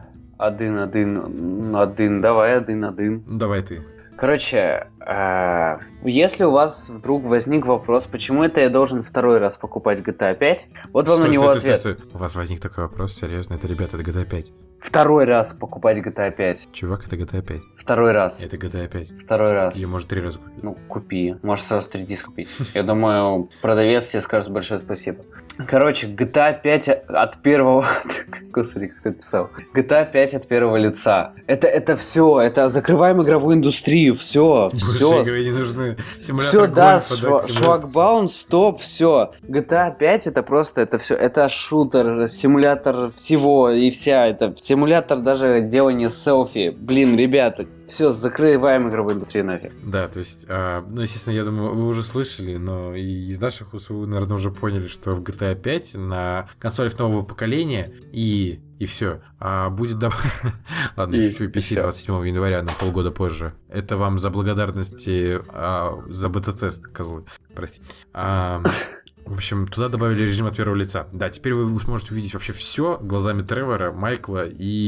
Давай один. Давай ты. Короче, если у вас вдруг возник вопрос, почему это я должен второй раз покупать GTA 5, вот вам на него ответ. Стой. У вас возник такой вопрос, серьезно? Это, ребята, это GTA 5. Второй раз покупать GTA 5. Чувак, это GTA 5. Второй раз. Это GTA 5. Второй раз. Ее может 3 раза купить. Ну, купи. Можешь сразу 3 диска купить. Я думаю, продавец тебе скажет большое спасибо. Короче, GTA 5 от первого... Господи, как ты писал. GTA 5 от первого лица. Это все. Это закрываем игровую индустрию. Все. Больше игры не нужны. Все, да, шлагбаум, стоп, все. GTA 5 это просто, это все. Это шутер, симулятор всего и вся. Это симулятор даже делания селфи. Блин, ребята, все, закрываем игровую индустрию нафиг. Да, то есть, ну, естественно, я думаю, вы уже слышали, но и из наших уст вы, наверное, уже поняли, что в GTA 5 на консолях нового поколения и все. Будет Ладно, я шучу, PC 27 января, на полгода позже. Это вам за благодарности за бета-тест, козлы. Прости. В общем, туда добавили режим от первого лица. Да, теперь вы сможете увидеть вообще все глазами Тревора, Майкла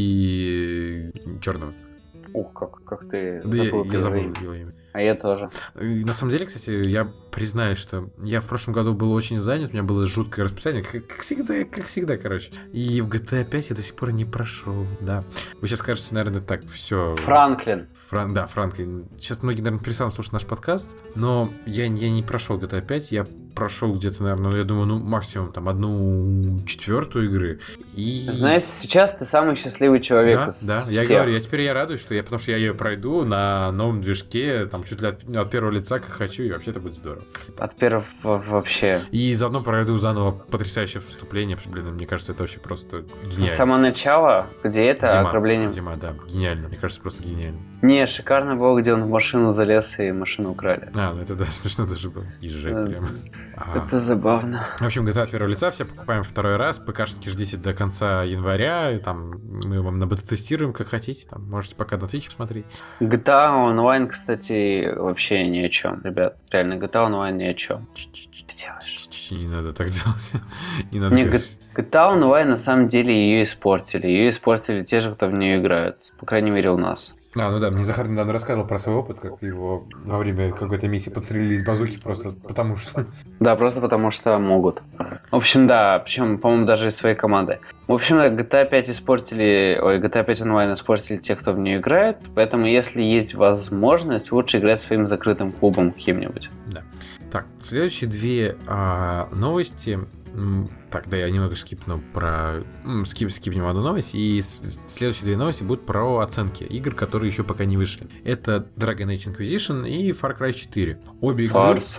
и Черного. Ух, как ты да я забыл его имя. А я тоже. И на самом деле, кстати, я признаюсь, что я в прошлом году был очень занят, у меня было жуткое расписание, как всегда, короче. И в GTA 5 я до сих пор не прошел, да. Вы сейчас скажете, наверное, так, все. Франклин. Да, Франклин. Сейчас многие, наверное, перестанут слушать наш подкаст, но я не прошел GTA 5, я прошел где-то, наверное, я думаю, максимум там 1/4 игры. И... Знаешь, сейчас ты самый счастливый человек. Да, я говорю, теперь я радуюсь, потому что я ее пройду на новом движке, там чуть ли от первого лица, как хочу, и вообще это будет здорово. От первого вообще. И заодно пройду заново потрясающее вступление, потому что, блин, мне кажется, это вообще просто гениально. С самого начала, где это ограбление. Зима, да, гениально, мне кажется, просто гениально. Не, шикарно было, где он в машину залез и машину украли. Ну это да, смешно даже было. Езжай прямо. Это забавно. В общем, GTA от первого лица все покупаем второй раз. ПКшники ждите до конца января. И там мы вам бета-тестируем, как хотите. Там можете пока на Twitch посмотреть. GTA Online, кстати, вообще ни о чем, ребят. Реально, GTA Online ни о чем. Не надо так делать. Не надо. Не, GTA Online на самом деле ее испортили. Ее испортили те же, кто в нее играет. По крайней мере, у нас. Ну да, мне Захар недавно рассказывал про свой опыт, как его во время какой-то миссии подстрелили из базуки просто потому что. Да, просто потому что могут. В общем, да, причем, по-моему, даже из своей команды. В общем, да, GTA 5 GTA 5 онлайн испортили те, кто в нее играет, поэтому, если есть возможность, лучше играть своим закрытым клубом каким-нибудь. Да. Так, следующие две новости. Так, да, я немного скипнем одну новость. И следующие две новости будут про оценки игр, которые еще пока не вышли. Это Dragon Age Inquisition и Far Cry 4. Обе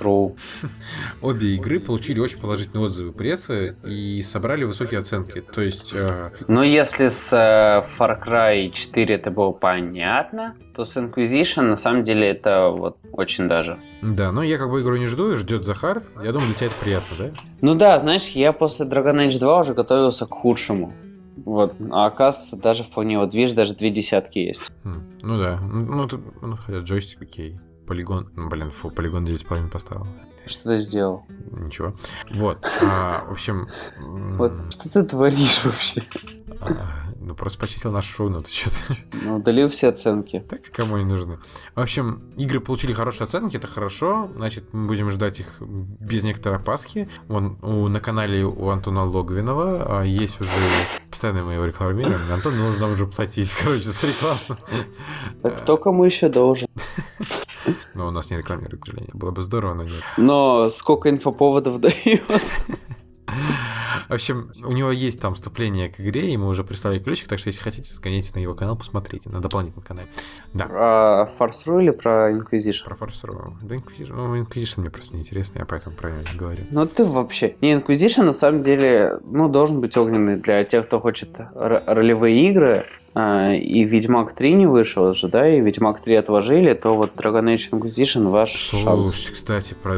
игры получили очень положительные отзывы прессы и собрали высокие оценки. То есть... Ну, если с Far Cry 4 это было понятно, то с Inquisition на самом деле это вот очень даже. Да, но я как бы игру не жду, и ждет Захар. Я думаю, для тебя это приятно, да? Ну да, знаешь, я после Dragon Age 2 уже готовился к худшему. Вот, а оказывается, даже вполне, вот видишь, даже 2 десятки есть. Ну да, хотя джойстик, окей. Полигон, полигон 9,5 поставил. Что ты сделал? Ничего. Вот, в общем... Вот, что ты творишь вообще? Ну, просто почистил наш шоу-ноты, что-то. Ну, удалил все оценки. Так кому они нужны. В общем, игры получили хорошие оценки, это хорошо. Значит, мы будем ждать их без некоторой опаски. Вон, на канале у Антона Логвинова есть уже... Постоянно мы его рекламируем. Антон должен нам уже платить, короче, за рекламу. Так кто кому еще должен? Но у нас не рекламируют, к сожалению. Было бы здорово, но нет. Но сколько инфоповодов дает. В общем, у него есть там вступление к игре, и мы уже прислали ключик, так что если хотите, сгоняйте на его канал, посмотрите, на дополнительном канале. Да. Про Форсру или про Inquisition? Про Форсру. Да, Inquisition мне просто неинтересно, я поэтому про него не говорю. Ну ты вообще... Не, Inquisition на самом деле, должен быть огненный для тех, кто хочет ролевые игры. И Ведьмак 3 не вышел же, да, и Ведьмак 3 отложили, то вот Dragon Age Inquisition ваш шанс. Слушай, кстати, про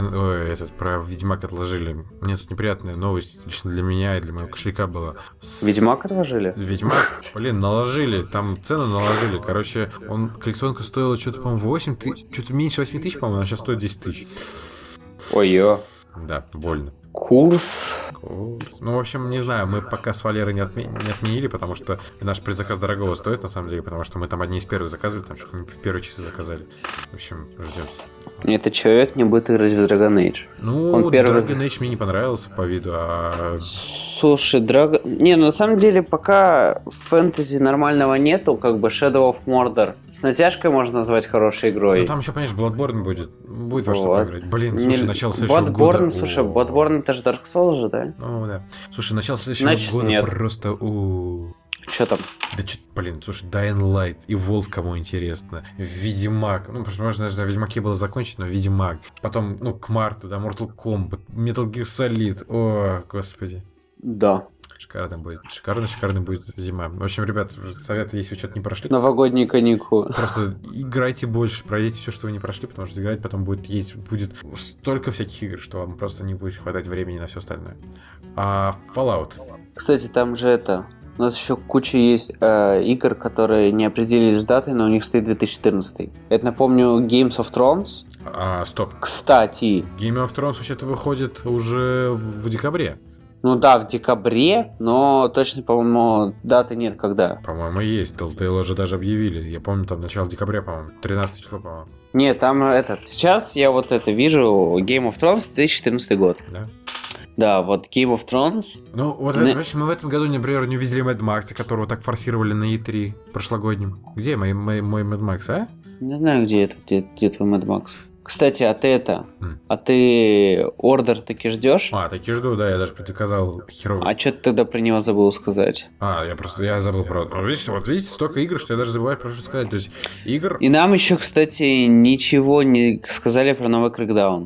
Ведьмак отложили. Мне тут неприятная новость лично для меня и для моего кошелька была. Ведьмак отложили? Ведьмак, наложили, там цену наложили. Короче, коллекционка стоила что-то, по-моему, 8 тысяч, что-то меньше 8 тысяч, по-моему, она сейчас стоит 10 тысяч. Ой-ё. Да, больно. Курс. Ну, в общем, не знаю, мы пока с Валерой не отменили, потому что наш предзаказ дорогого стоит, на самом деле, потому что мы там одни из первых заказывали, там что-то в первые часы заказали. В общем, ждемся. Этот человек не будет играть в Dragon Age. Ну, Dragon Age мне не понравился по виду, Слушай, Не, на самом деле, пока фэнтези нормального нету, как бы Shadow of Mordor с натяжкой можно назвать хорошей игрой. Ну, там еще, понимаешь, Bloodborne будет во что поиграть. Блин, слушай, начало следующего года... Слушай, Bloodborne это же Dark Souls же, да? Ну, да. Слушай, начало следующего года нет. просто... Что там? Да слушай, Dying Light и Wolf, кому интересно. Ведьмак. Ну, потому что, можно даже на Ведьмаке было закончить, но Ведьмак. Потом, к марту, да, Mortal Kombat, Metal Gear Solid. О, господи. Да. Шикарно будет. Шикарно будет зима. В общем, ребят, советы, если вы что-то не прошли. Новогодние каникулы. Просто играйте больше, пройдите все, что вы не прошли, потому что играть потом будет столько всяких игр, что вам просто не будет хватать времени на все остальное. Fallout. Кстати, там же у нас еще куча есть игр, которые не определились с датой, но у них стоит 2014. Это, напомню, Games of Thrones. Стоп. Кстати. Game of Thrones вообще-то выходит уже в декабре. Ну да, в декабре, но точно, по-моему, даты нет когда. По-моему, есть. Telltale уже даже объявили. Я помню, там начало декабря, по-моему. 13 число, по-моему. Нет, там сейчас я вижу Game of Thrones 2014 год. Да? Да, вот Game of Thrones. Ну, вот понимаешь, мы в этом году, например, не увидели Mad Max, которого так форсировали на E3 прошлогоднем. Где мой Mad Max, а? Не знаю, где твой Mad Max. Кстати, а ты Ордер таки ждешь? Таки жду, да, я даже предзаказал херово. А что ты тогда про него забыл сказать? Я забыл про... Видите, столько игр, что я даже забываю про что сказать. То есть игр... И нам еще, кстати, ничего не сказали про новый Crackdown.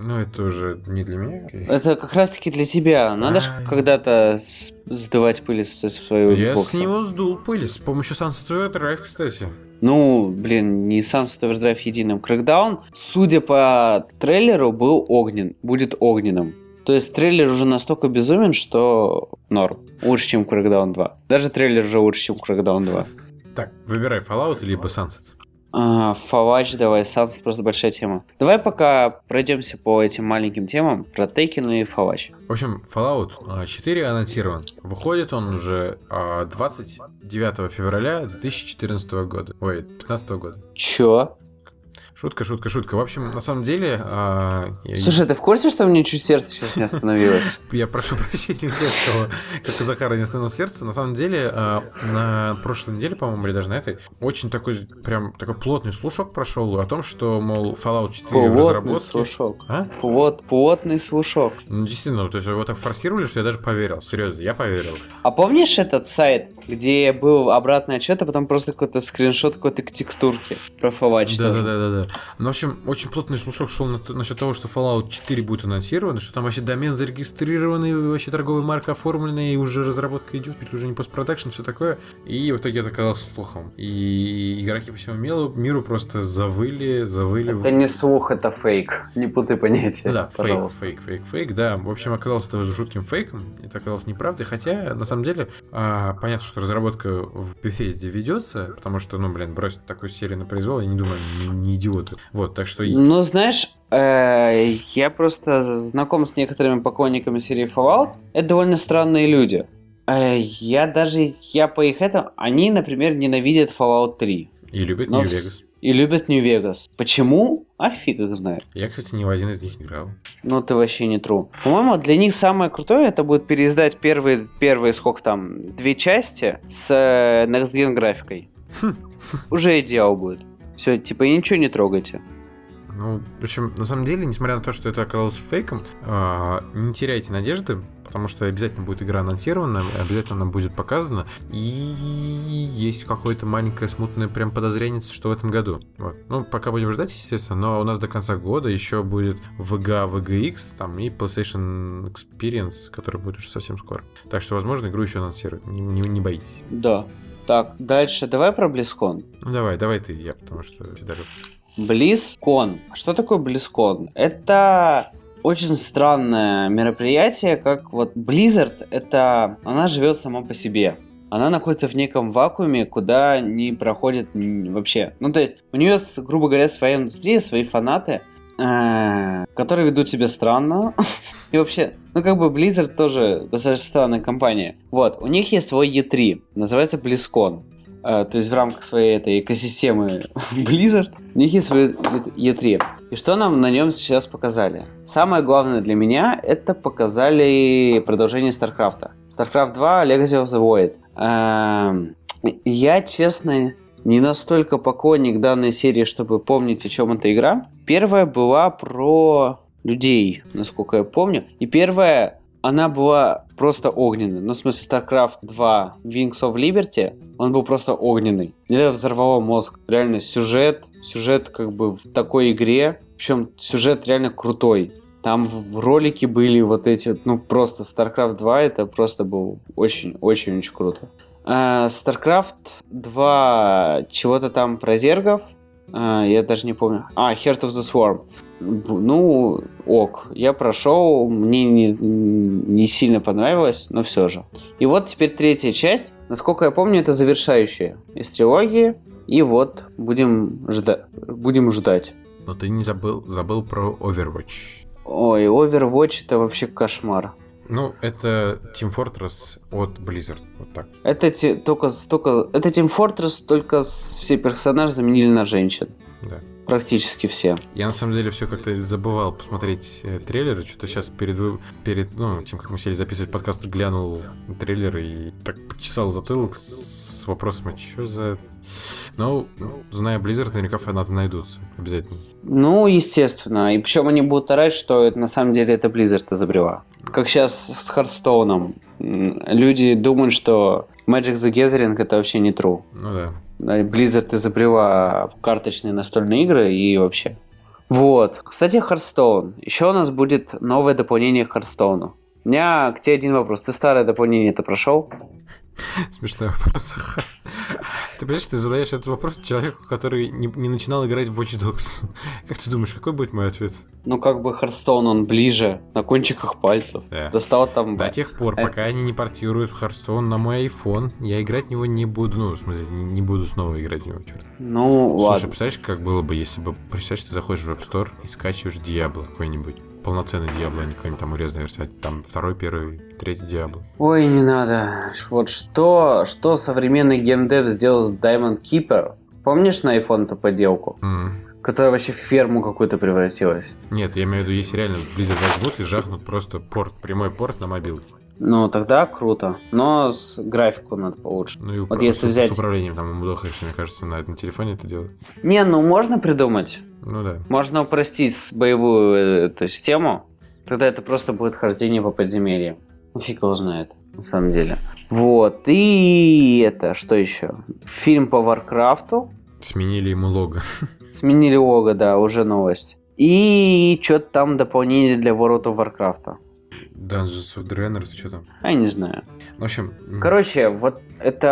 Ну, это уже не для меня. Это как раз-таки для тебя. Надо же когда-то сдувать пыль со своего Я Xbox. с него сдул пыль с помощью Sunset Overdrive, кстати. Ну, блин, не Sunset Overdrive единым. Crackdown, судя по трейлеру, будет огненным. То есть трейлер уже настолько безумен, что норм. Лучше, чем Crackdown 2. Даже трейлер уже лучше, чем Crackdown 2. Так, выбирай Fallout либо Sunset. Фавач, давай, Sunset просто большая тема. Давай пока пройдемся по этим маленьким темам про Taken и Фавач. В общем, Fallout 4 анонсирован. Выходит он уже 29 февраля 2014 года. Ой, 2015 года. Чё? Шутка. В общем, на самом деле... Слушай, ты в курсе, что у меня чуть сердце сейчас не остановилось? Я прошу прощения у тех, как у Захара не остановилось сердце. На самом деле, на прошлой неделе, по-моему, или даже на этой, очень такой плотный слушок прошел о том, что, мол, Fallout 4 в разработке... Слушок. Плотный слушок. Ну, действительно, то есть его так форсировали, что я даже поверил. Серьезно, я поверил. А помнишь этот сайт, где был обратный отчет, а потом просто какой-то скриншот какой-то текстурки про Фавач? Да. Ну, в общем, очень плотный слушок шел насчет того, что Fallout 4 будет анонсирован, что там вообще домен зарегистрированный, вообще торговая марка оформленная, и уже разработка идет, уже не постпродакшн, все такое. И в итоге это оказалось слухом. И игроки по всему миру просто завыли. Это не слух, это фейк. Не путай понятия. Да, фейк, да. В общем, оказалось это жутким фейком, это оказалось неправдой, хотя, на самом деле, понятно, что разработка в Bethesda ведется, потому что, бросить такую серию на произвол, я не думаю, не идиоты. Вот, так что... Ну, знаешь, я просто знаком с некоторыми поклонниками серии Fallout. Это довольно странные люди. Я по их этому... Они, например, ненавидят Fallout 3. И любят Нью-Вегас. И любят Нью-Вегас. Почему? А фиг их знает. Я, кстати, ни в один из них не играл. Ну, ты вообще не true. По-моему, для них самое крутое это будет переиздать первые сколько там, 2 части с Next Gen графикой. Уже идеал будет. Все, типа, ничего не трогайте. Ну, в общем, на самом деле, несмотря на то, что это оказалось фейком, не теряйте надежды, потому что обязательно будет игра анонсирована, обязательно она будет показана, и есть какое-то маленькое смутное прям подозрение, что в этом году. Вот. Ну, пока будем ждать, естественно, но у нас до конца года еще будет VGA, VGX, там, и PlayStation Experience, который будет уже совсем скоро. Так что, возможно, игру еще анонсируют, не боитесь. Да. Так, дальше давай про BlizzCon. Ну, давай ты, я потому что все далек. BlizzCon. Что такое BlizzCon? Это очень странное мероприятие, как вот Blizzard, она живет сама по себе. Она находится в неком вакууме, куда не проходит вообще. Ну, то есть, у нее, грубо говоря, своя индустрия, свои фанаты, которые ведут себя странно. И вообще, Blizzard тоже достаточно странная компания. Вот, у них есть свой E3, называется BlizzCon. То есть в рамках своей этой экосистемы Blizzard у них есть свой E3. И что нам на нем сейчас показали? Самое главное для меня, это показали продолжение StarCraft. StarCraft 2 Legacy of the Void. Я, честно, не настолько поклонник данной серии, чтобы помнить, о чем эта игра. Первая была про людей, насколько я помню. И первая, она была просто огненной. Ну, в смысле, StarCraft 2 Wings of Liberty, он был просто огненный. Это взорвало мозг. Реально, сюжет как бы в такой игре. Причем сюжет реально крутой. Там в ролике были вот эти, просто StarCraft 2, это просто было очень-очень-очень круто. StarCraft 2 чего-то там про зергов. Я даже не помню. Heart of the Swarm. Ну, ок. Я прошел, мне не сильно понравилось, но все же. И вот теперь третья часть. Насколько я помню, это завершающая из трилогии. И вот будем ждать. Но ты не забыл про Overwatch. Ой, Overwatch это вообще кошмар. Ну, это Team Fortress от Blizzard, вот так. Это Team Fortress, только все персонажи заменили на женщин. Да. Практически все. Я на самом деле все как-то забывал посмотреть трейлеры. Что-то сейчас перед тем, как мы сели записывать подкаст, глянул трейлер и так почесал затылок с вопросом, а что за... Ну, зная Blizzard, наверняка фанаты найдутся. Обязательно. Ну, естественно. И причем они будут орать, что это на самом деле это Blizzard изобрела. Как сейчас с Хардстоуном. Люди думают, что Magic the Gathering это вообще не true. Ну да. Blizzard изобрела карточные настольные игры и вообще. Вот. Кстати, Hearthstone. Еще у нас будет новое дополнение к Hearthstone. У меня к тебе один вопрос. Ты старое дополнение-то прошел? Смешной вопрос. Ты понимаешь, ты задаешь этот вопрос человеку, который не начинал играть в Watch Dogs. Как ты думаешь, какой будет мой ответ? Ну, как бы Hearthstone, он ближе, на кончиках пальцев. Да. Достал там... До тех пор, пока они не портируют Hearthstone на мой iPhone, я играть в него не буду. Ну, в смысле, не буду снова играть в него, черт. Ну, Слушай, ладно. представляешь, как было бы, если бы... Представляешь, ты заходишь в App Store и скачиваешь Diablo какой-нибудь. Полноценный Diablo, а не какой-нибудь там урезанный версия. Там второй, первый, третий Diablo. Ой, не надо. Вот что современный геймдев сделал с Diamond Keeper? Помнишь на iPhone-то поделку? Которая вообще в ферму какую-то превратилась. Нет, я имею в виду, если реально Blizzard возьмут и жахнут просто порт, прямой порт на мобилке. Ну, тогда круто. Но с графику надо получше. Ну и Вот если взять... с управлением там умудохаешься, мне кажется, на телефоне это делать. Не, ну можно придумать. Ну да. Можно упростить боевую эту систему. Тогда это просто будет хождение по подземельям. Ну, фиг его знает, на самом деле. Вот, и это, что еще? Фильм по Варкрафту. Сменили ему лого. Сменили лого, да, уже новость. И что-то там дополнение для World of Warcraft. Dungeons of Draenor, что там? Я не знаю. В общем... Короче, вот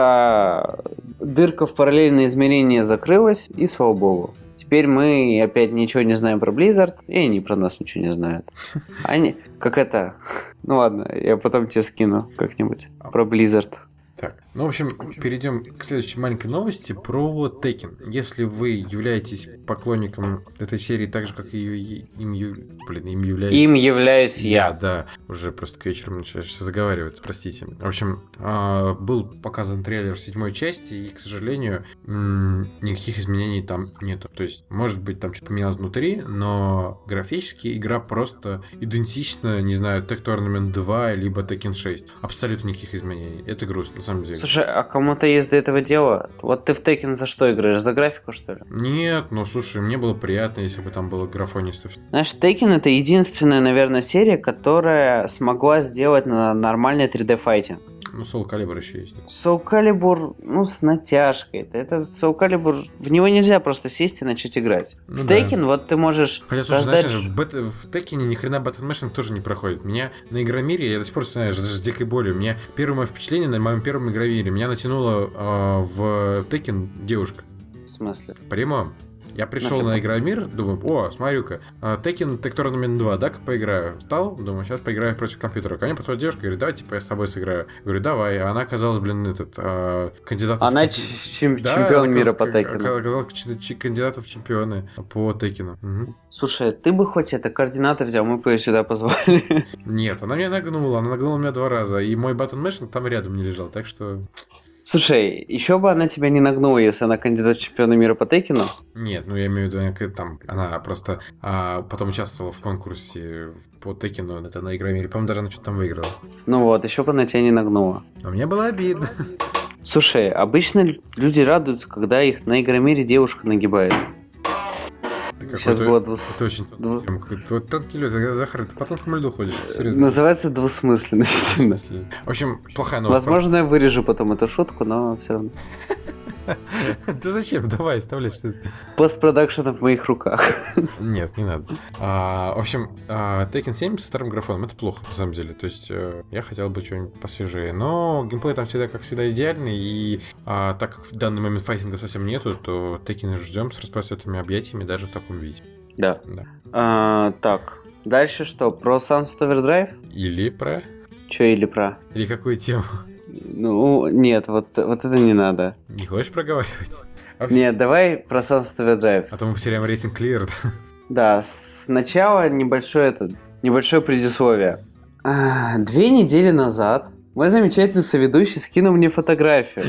эта дырка в параллельное измерение закрылась, и слава богу. Теперь мы опять ничего не знаем про Blizzard, и они про нас ничего не знают. Они... Как это... Ну ладно, я потом тебе скину как-нибудь про Blizzard. Так, ну, в общем, перейдем к следующей маленькой новости про Tekken. Если вы являетесь поклонником этой серии так же, как и им являюсь... Им являюсь я. Да, уже просто к вечеру начали все заговариваться, простите. В общем, был показан трейлер 7 части, и, к сожалению, никаких изменений там нету. То есть, может быть, там что-то поменялось внутри, но графически игра просто идентична, не знаю, Tech Tournament 2 либо Tekken 6. Абсолютно никаких изменений. Это грустно, на самом деле. Слушай, а кому-то есть до этого дело? Вот ты в Tekken за что играешь? За графику, что ли? Нет, ну слушай, мне было приятно, если бы там было графонистов. Знаешь, Tekken это единственная, наверное, серия, которая смогла сделать на нормальный 3D-файтинг. Ну, Soul Calibur еще есть. Soul Calibur, ну, с натяжкой. Этот Soul Calibur, в него нельзя просто сесть и начать играть. Ну, в да. Tekken вот ты можешь Хотя, слушай, создать... знаешь, в Теккене ни хрена баттл-мэшинг тоже не проходит. Меня на Игромире, я до сих пор вспоминаю, даже с дикой болью, мне первое мое впечатление на моем первом Игромире, меня натянула в Теккен девушка. В смысле? В прямом. Я пришел на Игромир, думаю, о, смотрю-ка, Tekken Tech Tournament 2, да-ка поиграю. Встал, думаю, сейчас поиграю против компьютера. Ко мне подходит девушка, говорит, давай, типа, я с тобой сыграю. Говорю, давай. А она оказалась, кандидатом Она в чемпион мира по Текену. Оказалась кандидатом в чемпионы по Текену. Угу. Слушай, ты бы хоть это координаты взял, мы бы ее сюда позвали. Нет, она меня нагнула меня 2 раза. И мой баттон мэшинг там рядом не лежал, так что... Слушай, еще бы она тебя не нагнула, если она кандидат в чемпиона мира по Текену? Нет, ну я имею в виду, там, она просто потом участвовала в конкурсе по Текену, это на Игромире. По-моему, даже она что-то там выиграла. Ну вот, еще бы она тебя не нагнула. А мне было обидно. Слушай, обычно люди радуются, когда их на Игромире девушка нагибает. Сейчас было Это очень тонкий лед. Захар, ты по тонкому льду ходишь, серьезно. Называется двусмысленность. В общем, плохая новость. Возможно, я вырежу потом эту шутку, но все равно. Да зачем? Давай, оставляй что-то. Постпродакшн в моих руках. Нет, не надо. В общем, Tekken 7 со старым графоном, это плохо, на самом деле. То есть, я хотел бы что-нибудь посвежее. Но геймплей там всегда, как всегда, идеальный. И так как в данный момент файтинга совсем нету, то Tekken ждем с распростертыми объятиями даже в таком виде. Да. Так, дальше что? Про Sunset Overdrive? Или про... Че или про? Или какую тему? Ну, нет, вот это не надо. Не хочешь проговаривать? Нет, давай про Sunset Overdrive. А то мы потеряем рейтинг Cleared. Да, сначала небольшое предисловие. 2 недели назад мой замечательный соведущий скинул мне фотографию.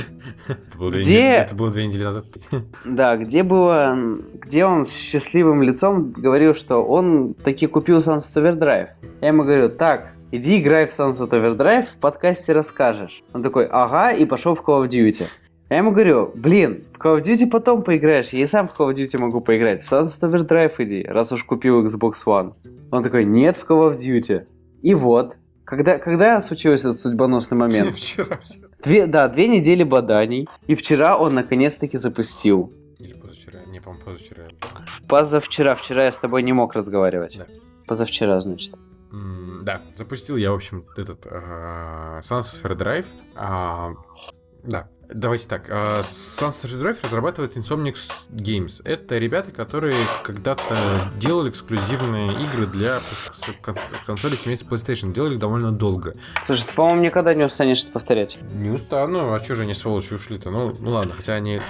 Это было 2 недели назад. Да, где он с счастливым лицом говорил, что он таки купил Sunset Overdrive. Я ему говорю, так, иди играй в Sunset Overdrive, в подкасте расскажешь. Он такой, ага, и пошел в Call of Duty. Я ему говорю, блин, в Call of Duty потом поиграешь, я и сам в Call of Duty могу поиграть. В Sunset Overdrive иди, раз уж купил Xbox One. Он такой, нет, в Call of Duty. И вот, когда случился этот судьбоносный момент? Вчера. 2 недели боданий, и вчера он наконец-таки запустил. Или позавчера. Не, по-моему, позавчера. Позавчера. Вчера я с тобой не мог разговаривать. Да. Позавчера, значит. Да, запустил я, в общем, этот Sunset Overdrive. Да, давайте так. Sunset Overdrive разрабатывает Insomniac Games. Это ребята, которые когда-то делали эксклюзивные игры для консоли семейства PlayStation. Делали их довольно долго. Слушай, ты, по-моему, никогда не устанешь это повторять. Не устану, а что же они, сволочи, ушли-то? Ну ладно, хотя они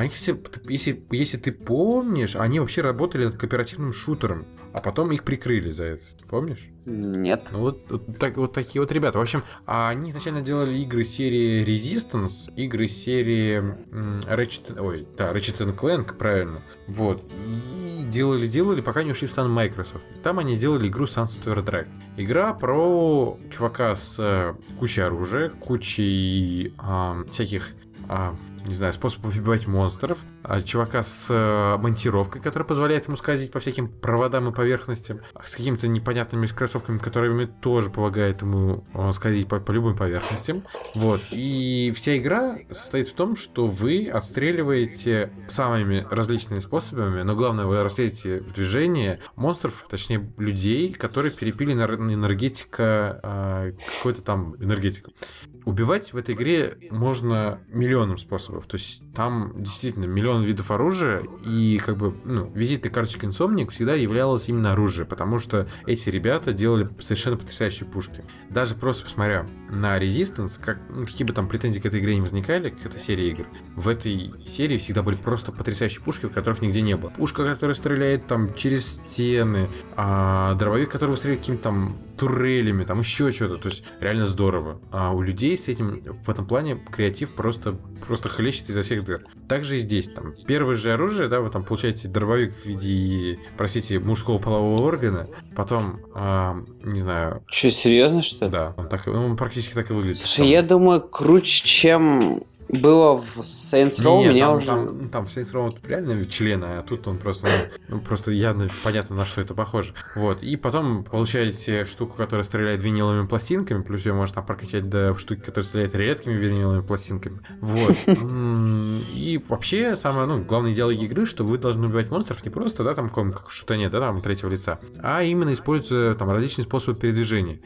если ты помнишь, они вообще работали над кооперативным шутером, а потом их прикрыли за это. Помнишь? Нет. Ну вот такие вот ребята. В общем, они изначально делали игры серии Resistance, игры серии Ratchet Clank, правильно. Вот. И делали, пока не ушли в стан Microsoft. Там они сделали игру Sunset Overdrive. Игра про чувака с кучей оружия, кучей всяких... не знаю, способов убивать монстров, чувака с монтировкой, которая позволяет ему скользить по всяким проводам и поверхностям, с какими-то непонятными кроссовками, которыми тоже помогает ему скользить по любым поверхностям. Вот. И вся игра состоит в том, что вы отстреливаете самыми различными способами, но главное, вы расстреливаете в движение монстров, точнее, людей, которые перепили энергетика, какой-то там энергетика. Убивать в этой игре можно миллионом способов. То есть там действительно миллион видов оружия, и как бы визитной карточкой Insomniac всегда являлось именно оружие, потому что эти ребята делали совершенно потрясающие пушки. Даже просто посмотря на Resistance, какие бы там претензии к этой игре не возникали, к этой серии игр, в этой серии всегда были просто потрясающие пушки, в которых нигде не было. Пушка, которая стреляет там через стены, дробовик, который стреляет какими-то там турелями, там еще что-то. То есть реально здорово. А у людей с этим в этом плане креатив просто хлещет изо всех дыр. Также и здесь. Там первое же оружие, да, вы там получаете дробовик в виде, простите, мужского полового органа. Потом, не знаю... Че, серьезно, что ли? Да, он практически так и выглядит. Слушай, я думаю, круче, чем было в Saints Row, там в Saints Row реально члены, а тут он просто явно понятно, на что это похоже. Вот, и потом получаете штуку, которая стреляет виниловыми пластинками, плюс ее можно там прокачать до штуки, которая стреляет редкими виниловыми пластинками. Вот. И вообще, самая, главная идеология игры, что вы должны убивать монстров не просто, да, там, как что-то нет, да, там, третьего лица, а именно используя там различные способы передвижения.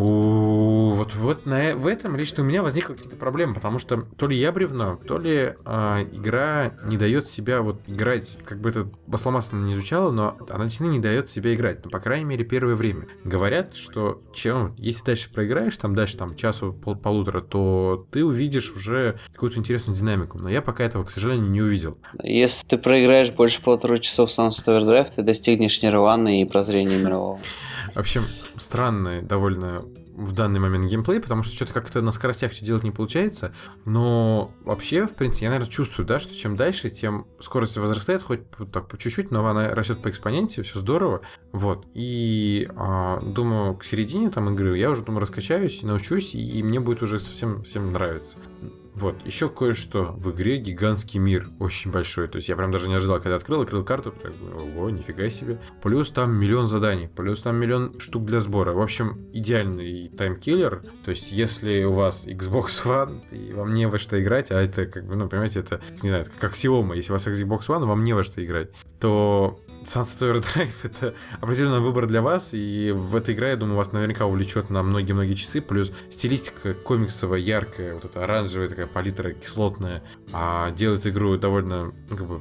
В этом лично у меня возникли какие-то проблемы, потому что то ли я бревно, то ли игра не дает себя играть, как бы это масломасленно не звучало, но она действительно не дает себя играть, по крайней мере, первое время. Говорят, что если дальше проиграешь, дальше часу полутора, то ты увидишь уже какую-то интересную динамику, но я пока этого, к сожалению, не увидел. Если ты проиграешь больше 1,5 часов Sunset Overdrive, ты достигнешь нирваны и прозрения мирового. В общем, странный довольно в данный момент геймплей, потому что что-то как-то на скоростях все делать не получается, но вообще, в принципе, я, наверное, чувствую, да, что чем дальше, тем скорость возрастает, хоть так по чуть-чуть, но она растет по экспоненте, все здорово, вот, и думаю, к середине игры я уже, раскачаюсь, научусь, и мне будет уже совсем всем нравиться. Вот, еще кое-что. В игре гигантский мир, очень большой. То есть я прям даже не ожидал, когда открыл карту, так, ого, нифига себе. Плюс там миллион заданий, плюс там миллион штук для сбора. В общем, идеальный таймкиллер. То есть если у вас Xbox One, и вам не во что играть, а это, понимаете, это, не знаю, как Xiaomi, если у вас Xbox One, вам не во что играть, то Sunset Overdrive — это определенный выбор для вас, и в этой игре, я думаю, вас наверняка увлечет на многие-многие часы, плюс стилистика комиксовая, яркая, вот эта оранжевая такая палитра кислотная, делает игру довольно,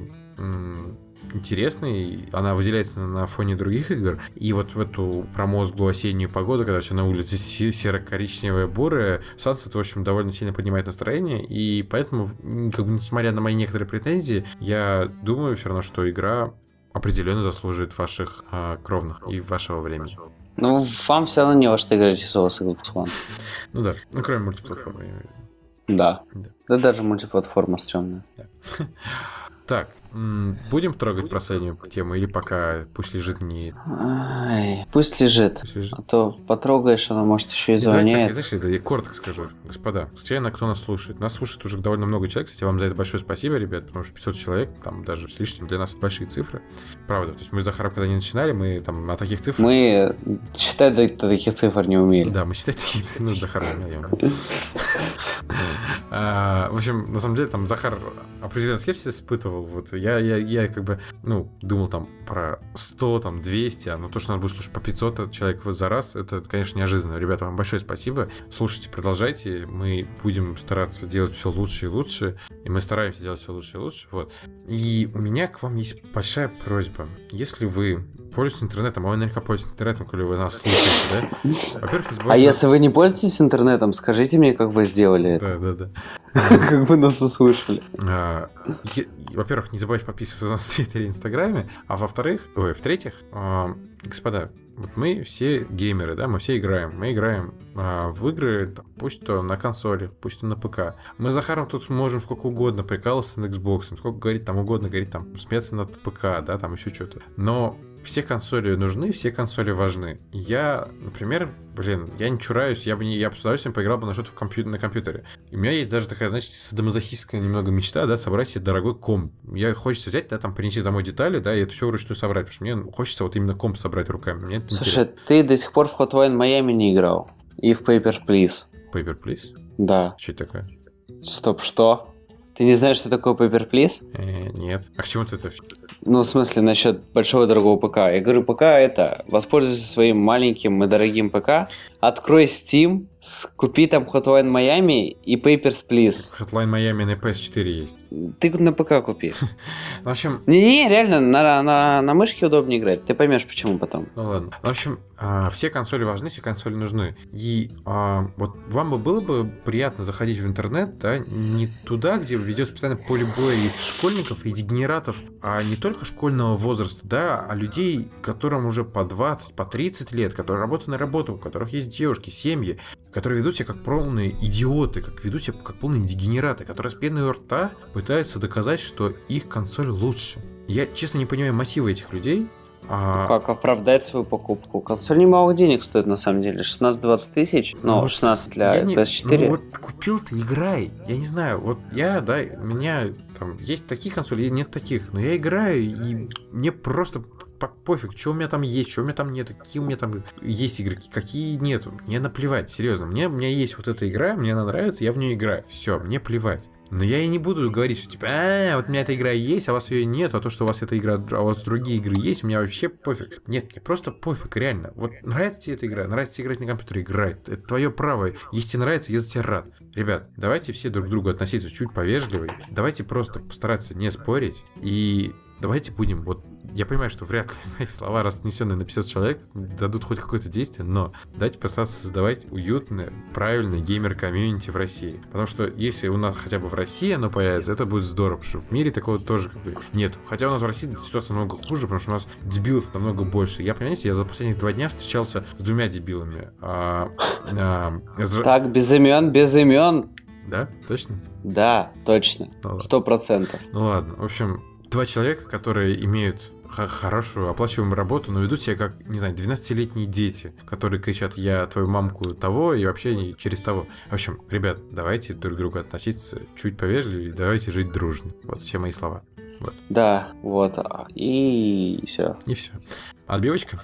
интересной, она выделяется на фоне других игр, и вот в эту промозглую осеннюю погоду, когда все на улице серо-коричневое, бурое, Sunset, в общем, довольно сильно поднимает настроение, и поэтому, несмотря на мои некоторые претензии, я думаю все равно, что игра определенно заслуживает ваших кровных и вашего времени. Вам все равно не во что играть, если у вас Xbox One. Да, кроме мультиплатформы. Да. Даже мультиплатформа стрёмная. Да. Так, будем трогать последнюю тему или пока пусть лежит не... Пусть лежит. А то потрогаешь, она может еще и звоняет. Я коротко скажу, господа, случайно кто нас слушает. Нас слушает уже довольно много человек, кстати, вам за это большое спасибо, ребят, потому что 500 человек, там даже с лишним, для нас это большие цифры. Правда, то есть мы с Захаром, когда не начинали, мы там о таких цифрах... Мы считать до таких цифр не умели. Да, мы считать такие... Захар не умел, В общем, на самом деле, там Захар определенный скепсис испытывал, и Я как бы, думал там про 100, там, 200, но то, что нас будет слушать по 500 человек за раз, это, конечно, неожиданно. Ребята, вам большое спасибо. Слушайте, продолжайте. Мы будем стараться делать все лучше и лучше. И мы стараемся делать все лучше и лучше. Вот. И у меня к вам есть большая просьба. Если вы пользуетесь интернетом, а вы наверняка пользуетесь интернетом, коли вы нас слушаете, да? Во-первых, не забывайте... А если вы не пользуетесь интернетом, скажите мне, как вы сделали это. Да. Как вы нас услышали. Во-первых, не забывайте подписываться на нас в Твиттере и Инстаграме, а в-третьих, господа, вот мы все геймеры, да, мы все играем. Мы играем в игры, пусть то на консоли, пусть то на ПК. Мы с Захаром тут можем сколько угодно прикалываться над Xbox, сколько говорить там угодно, говорить там, смеяться над ПК, да, там еще что-то. Но все консоли нужны, все консоли важны. Я, например, я не чураюсь, я бы с удовольствием поиграл бы на что-то на компьютере. И у меня есть даже такая, знаете, садомазохистская немного мечта, да, собрать себе дорогой комп. Мне хочется взять, да, там, принести домой детали, да, и это все вручную собрать, потому что мне хочется вот именно комп собрать руками. Мне это Слушай, интересно. ты до сих пор в Hotline Miami не играл? И в Paper Please? Paper Please? Да. Что это такое? Стоп, что? Ты не знаешь, что такое Paper Please? Нет. А к чему ты это? Ну, в смысле, насчет большого дорогого ПК. Я говорю, ПК это, воспользуйся своим маленьким и дорогим ПК, открой Steam, купи там Hotline Miami и Papers, Please. Hotline Miami на PS4 есть. Ты на ПК купи. В общем... Не, реально, на мышке удобнее играть. Ты поймешь, почему потом. Ну ладно. В общем, все консоли важны, все консоли нужны. И вот вам было бы приятно заходить в интернет, да, не туда, где ведется постоянно поле боя из школьников и дегенератов, а не только школьного возраста, да, а людей, которым уже по 20, по 30 лет, которые работают на работу, у которых есть девушки, семьи, которые ведут себя как полные идиоты, ведут себя как полные дегенераты, которые с пеной у рта пытаются доказать, что их консоль лучше. Я, честно, не понимаю мотива этих людей. Как оправдать свою покупку? Консоль немало денег стоит, на самом деле. 16-20 тысяч, но 16 для PS4. Ну вот купил ты, играй. Я не знаю, вот у меня там есть такие консоли, нет таких, но я играю, и мне просто пофиг, что у меня там есть, что у меня там нет, какие у меня там есть игры, какие нету. Мне наплевать, серьезно. У меня есть вот эта игра, мне она нравится, я в нее играю. Все, мне плевать. Но я и не буду говорить, что типа, вот у меня эта игра есть, а у вас ее нет, а то, что у вас эта игра, а у вас другие игры есть, у меня вообще пофиг. Нет, мне просто пофиг, реально. Вот нравится тебе эта игра, нравится тебе играть на компьютере, играй. Это твое право. Если тебе нравится, я за тебя рад. Ребят, давайте все друг к другу относиться чуть повежливее. Давайте просто постараться не спорить. И давайте будем, вот, я понимаю, что вряд ли мои слова, разнесенные на 500 человек, дадут хоть какое-то действие, но давайте постараться создавать уютное, правильное геймер-комьюнити в России. Потому что если у нас хотя бы в России оно появится, это будет здорово, потому что в мире такого тоже как бы нет. Хотя у нас в России ситуация намного хуже, потому что у нас дебилов намного больше. Я, понимаете, я за последние 2 дня встречался с 2 дебилами. Так, без имен. Да? Точно? Да, точно. 100%. Ну ладно, в общем... 2 человека, которые имеют хорошую оплачиваемую работу, но ведут себя как, не знаю, 12-летние дети, которые кричат: я твою мамку того, и вообще не через того. В общем, ребят, давайте друг к другу относиться чуть повежливее, и давайте жить дружно. Вот все мои слова. Вот. Да, вот. И все. И все. Отбивочка?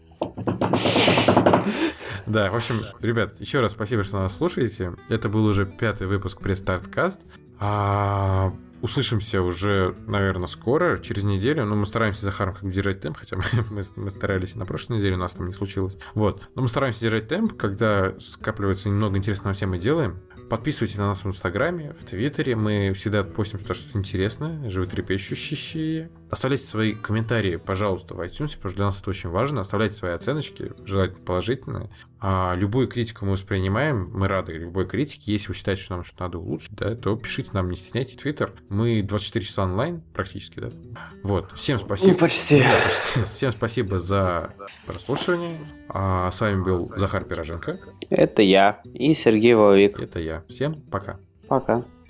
Да, в общем, ребят, еще раз спасибо, что нас слушаете. Это был уже 5-й выпуск Пресс-Старт-Каст. Услышимся уже, наверное, скоро, через неделю. Но мы стараемся с Захаром как бы держать темп, хотя мы старались и на прошлой неделе, у нас там не случилось. Вот. Но мы стараемся держать темп, когда скапливается немного интересного, всем мы делаем. Подписывайтесь на нас в Инстаграме, в Твиттере. Мы всегда постим туда что-то интересное, животрепещущее. Оставляйте свои комментарии, пожалуйста, в iTunes, потому что для нас это очень важно. Оставляйте свои оценочки, желательно положительные. Любую критику мы воспринимаем, мы рады любой критике. Если вы считаете, что нам что-то надо улучшить, да, то пишите нам, не стесняйте, Твиттер. Мы 24 часа онлайн практически, да. Вот. Всем спасибо. Почти. Да, почти. Всем спасибо за прослушивание. С вами был Захар Пироженко. Это я и Сергей Воловик. Это я. Всем пока. Пока.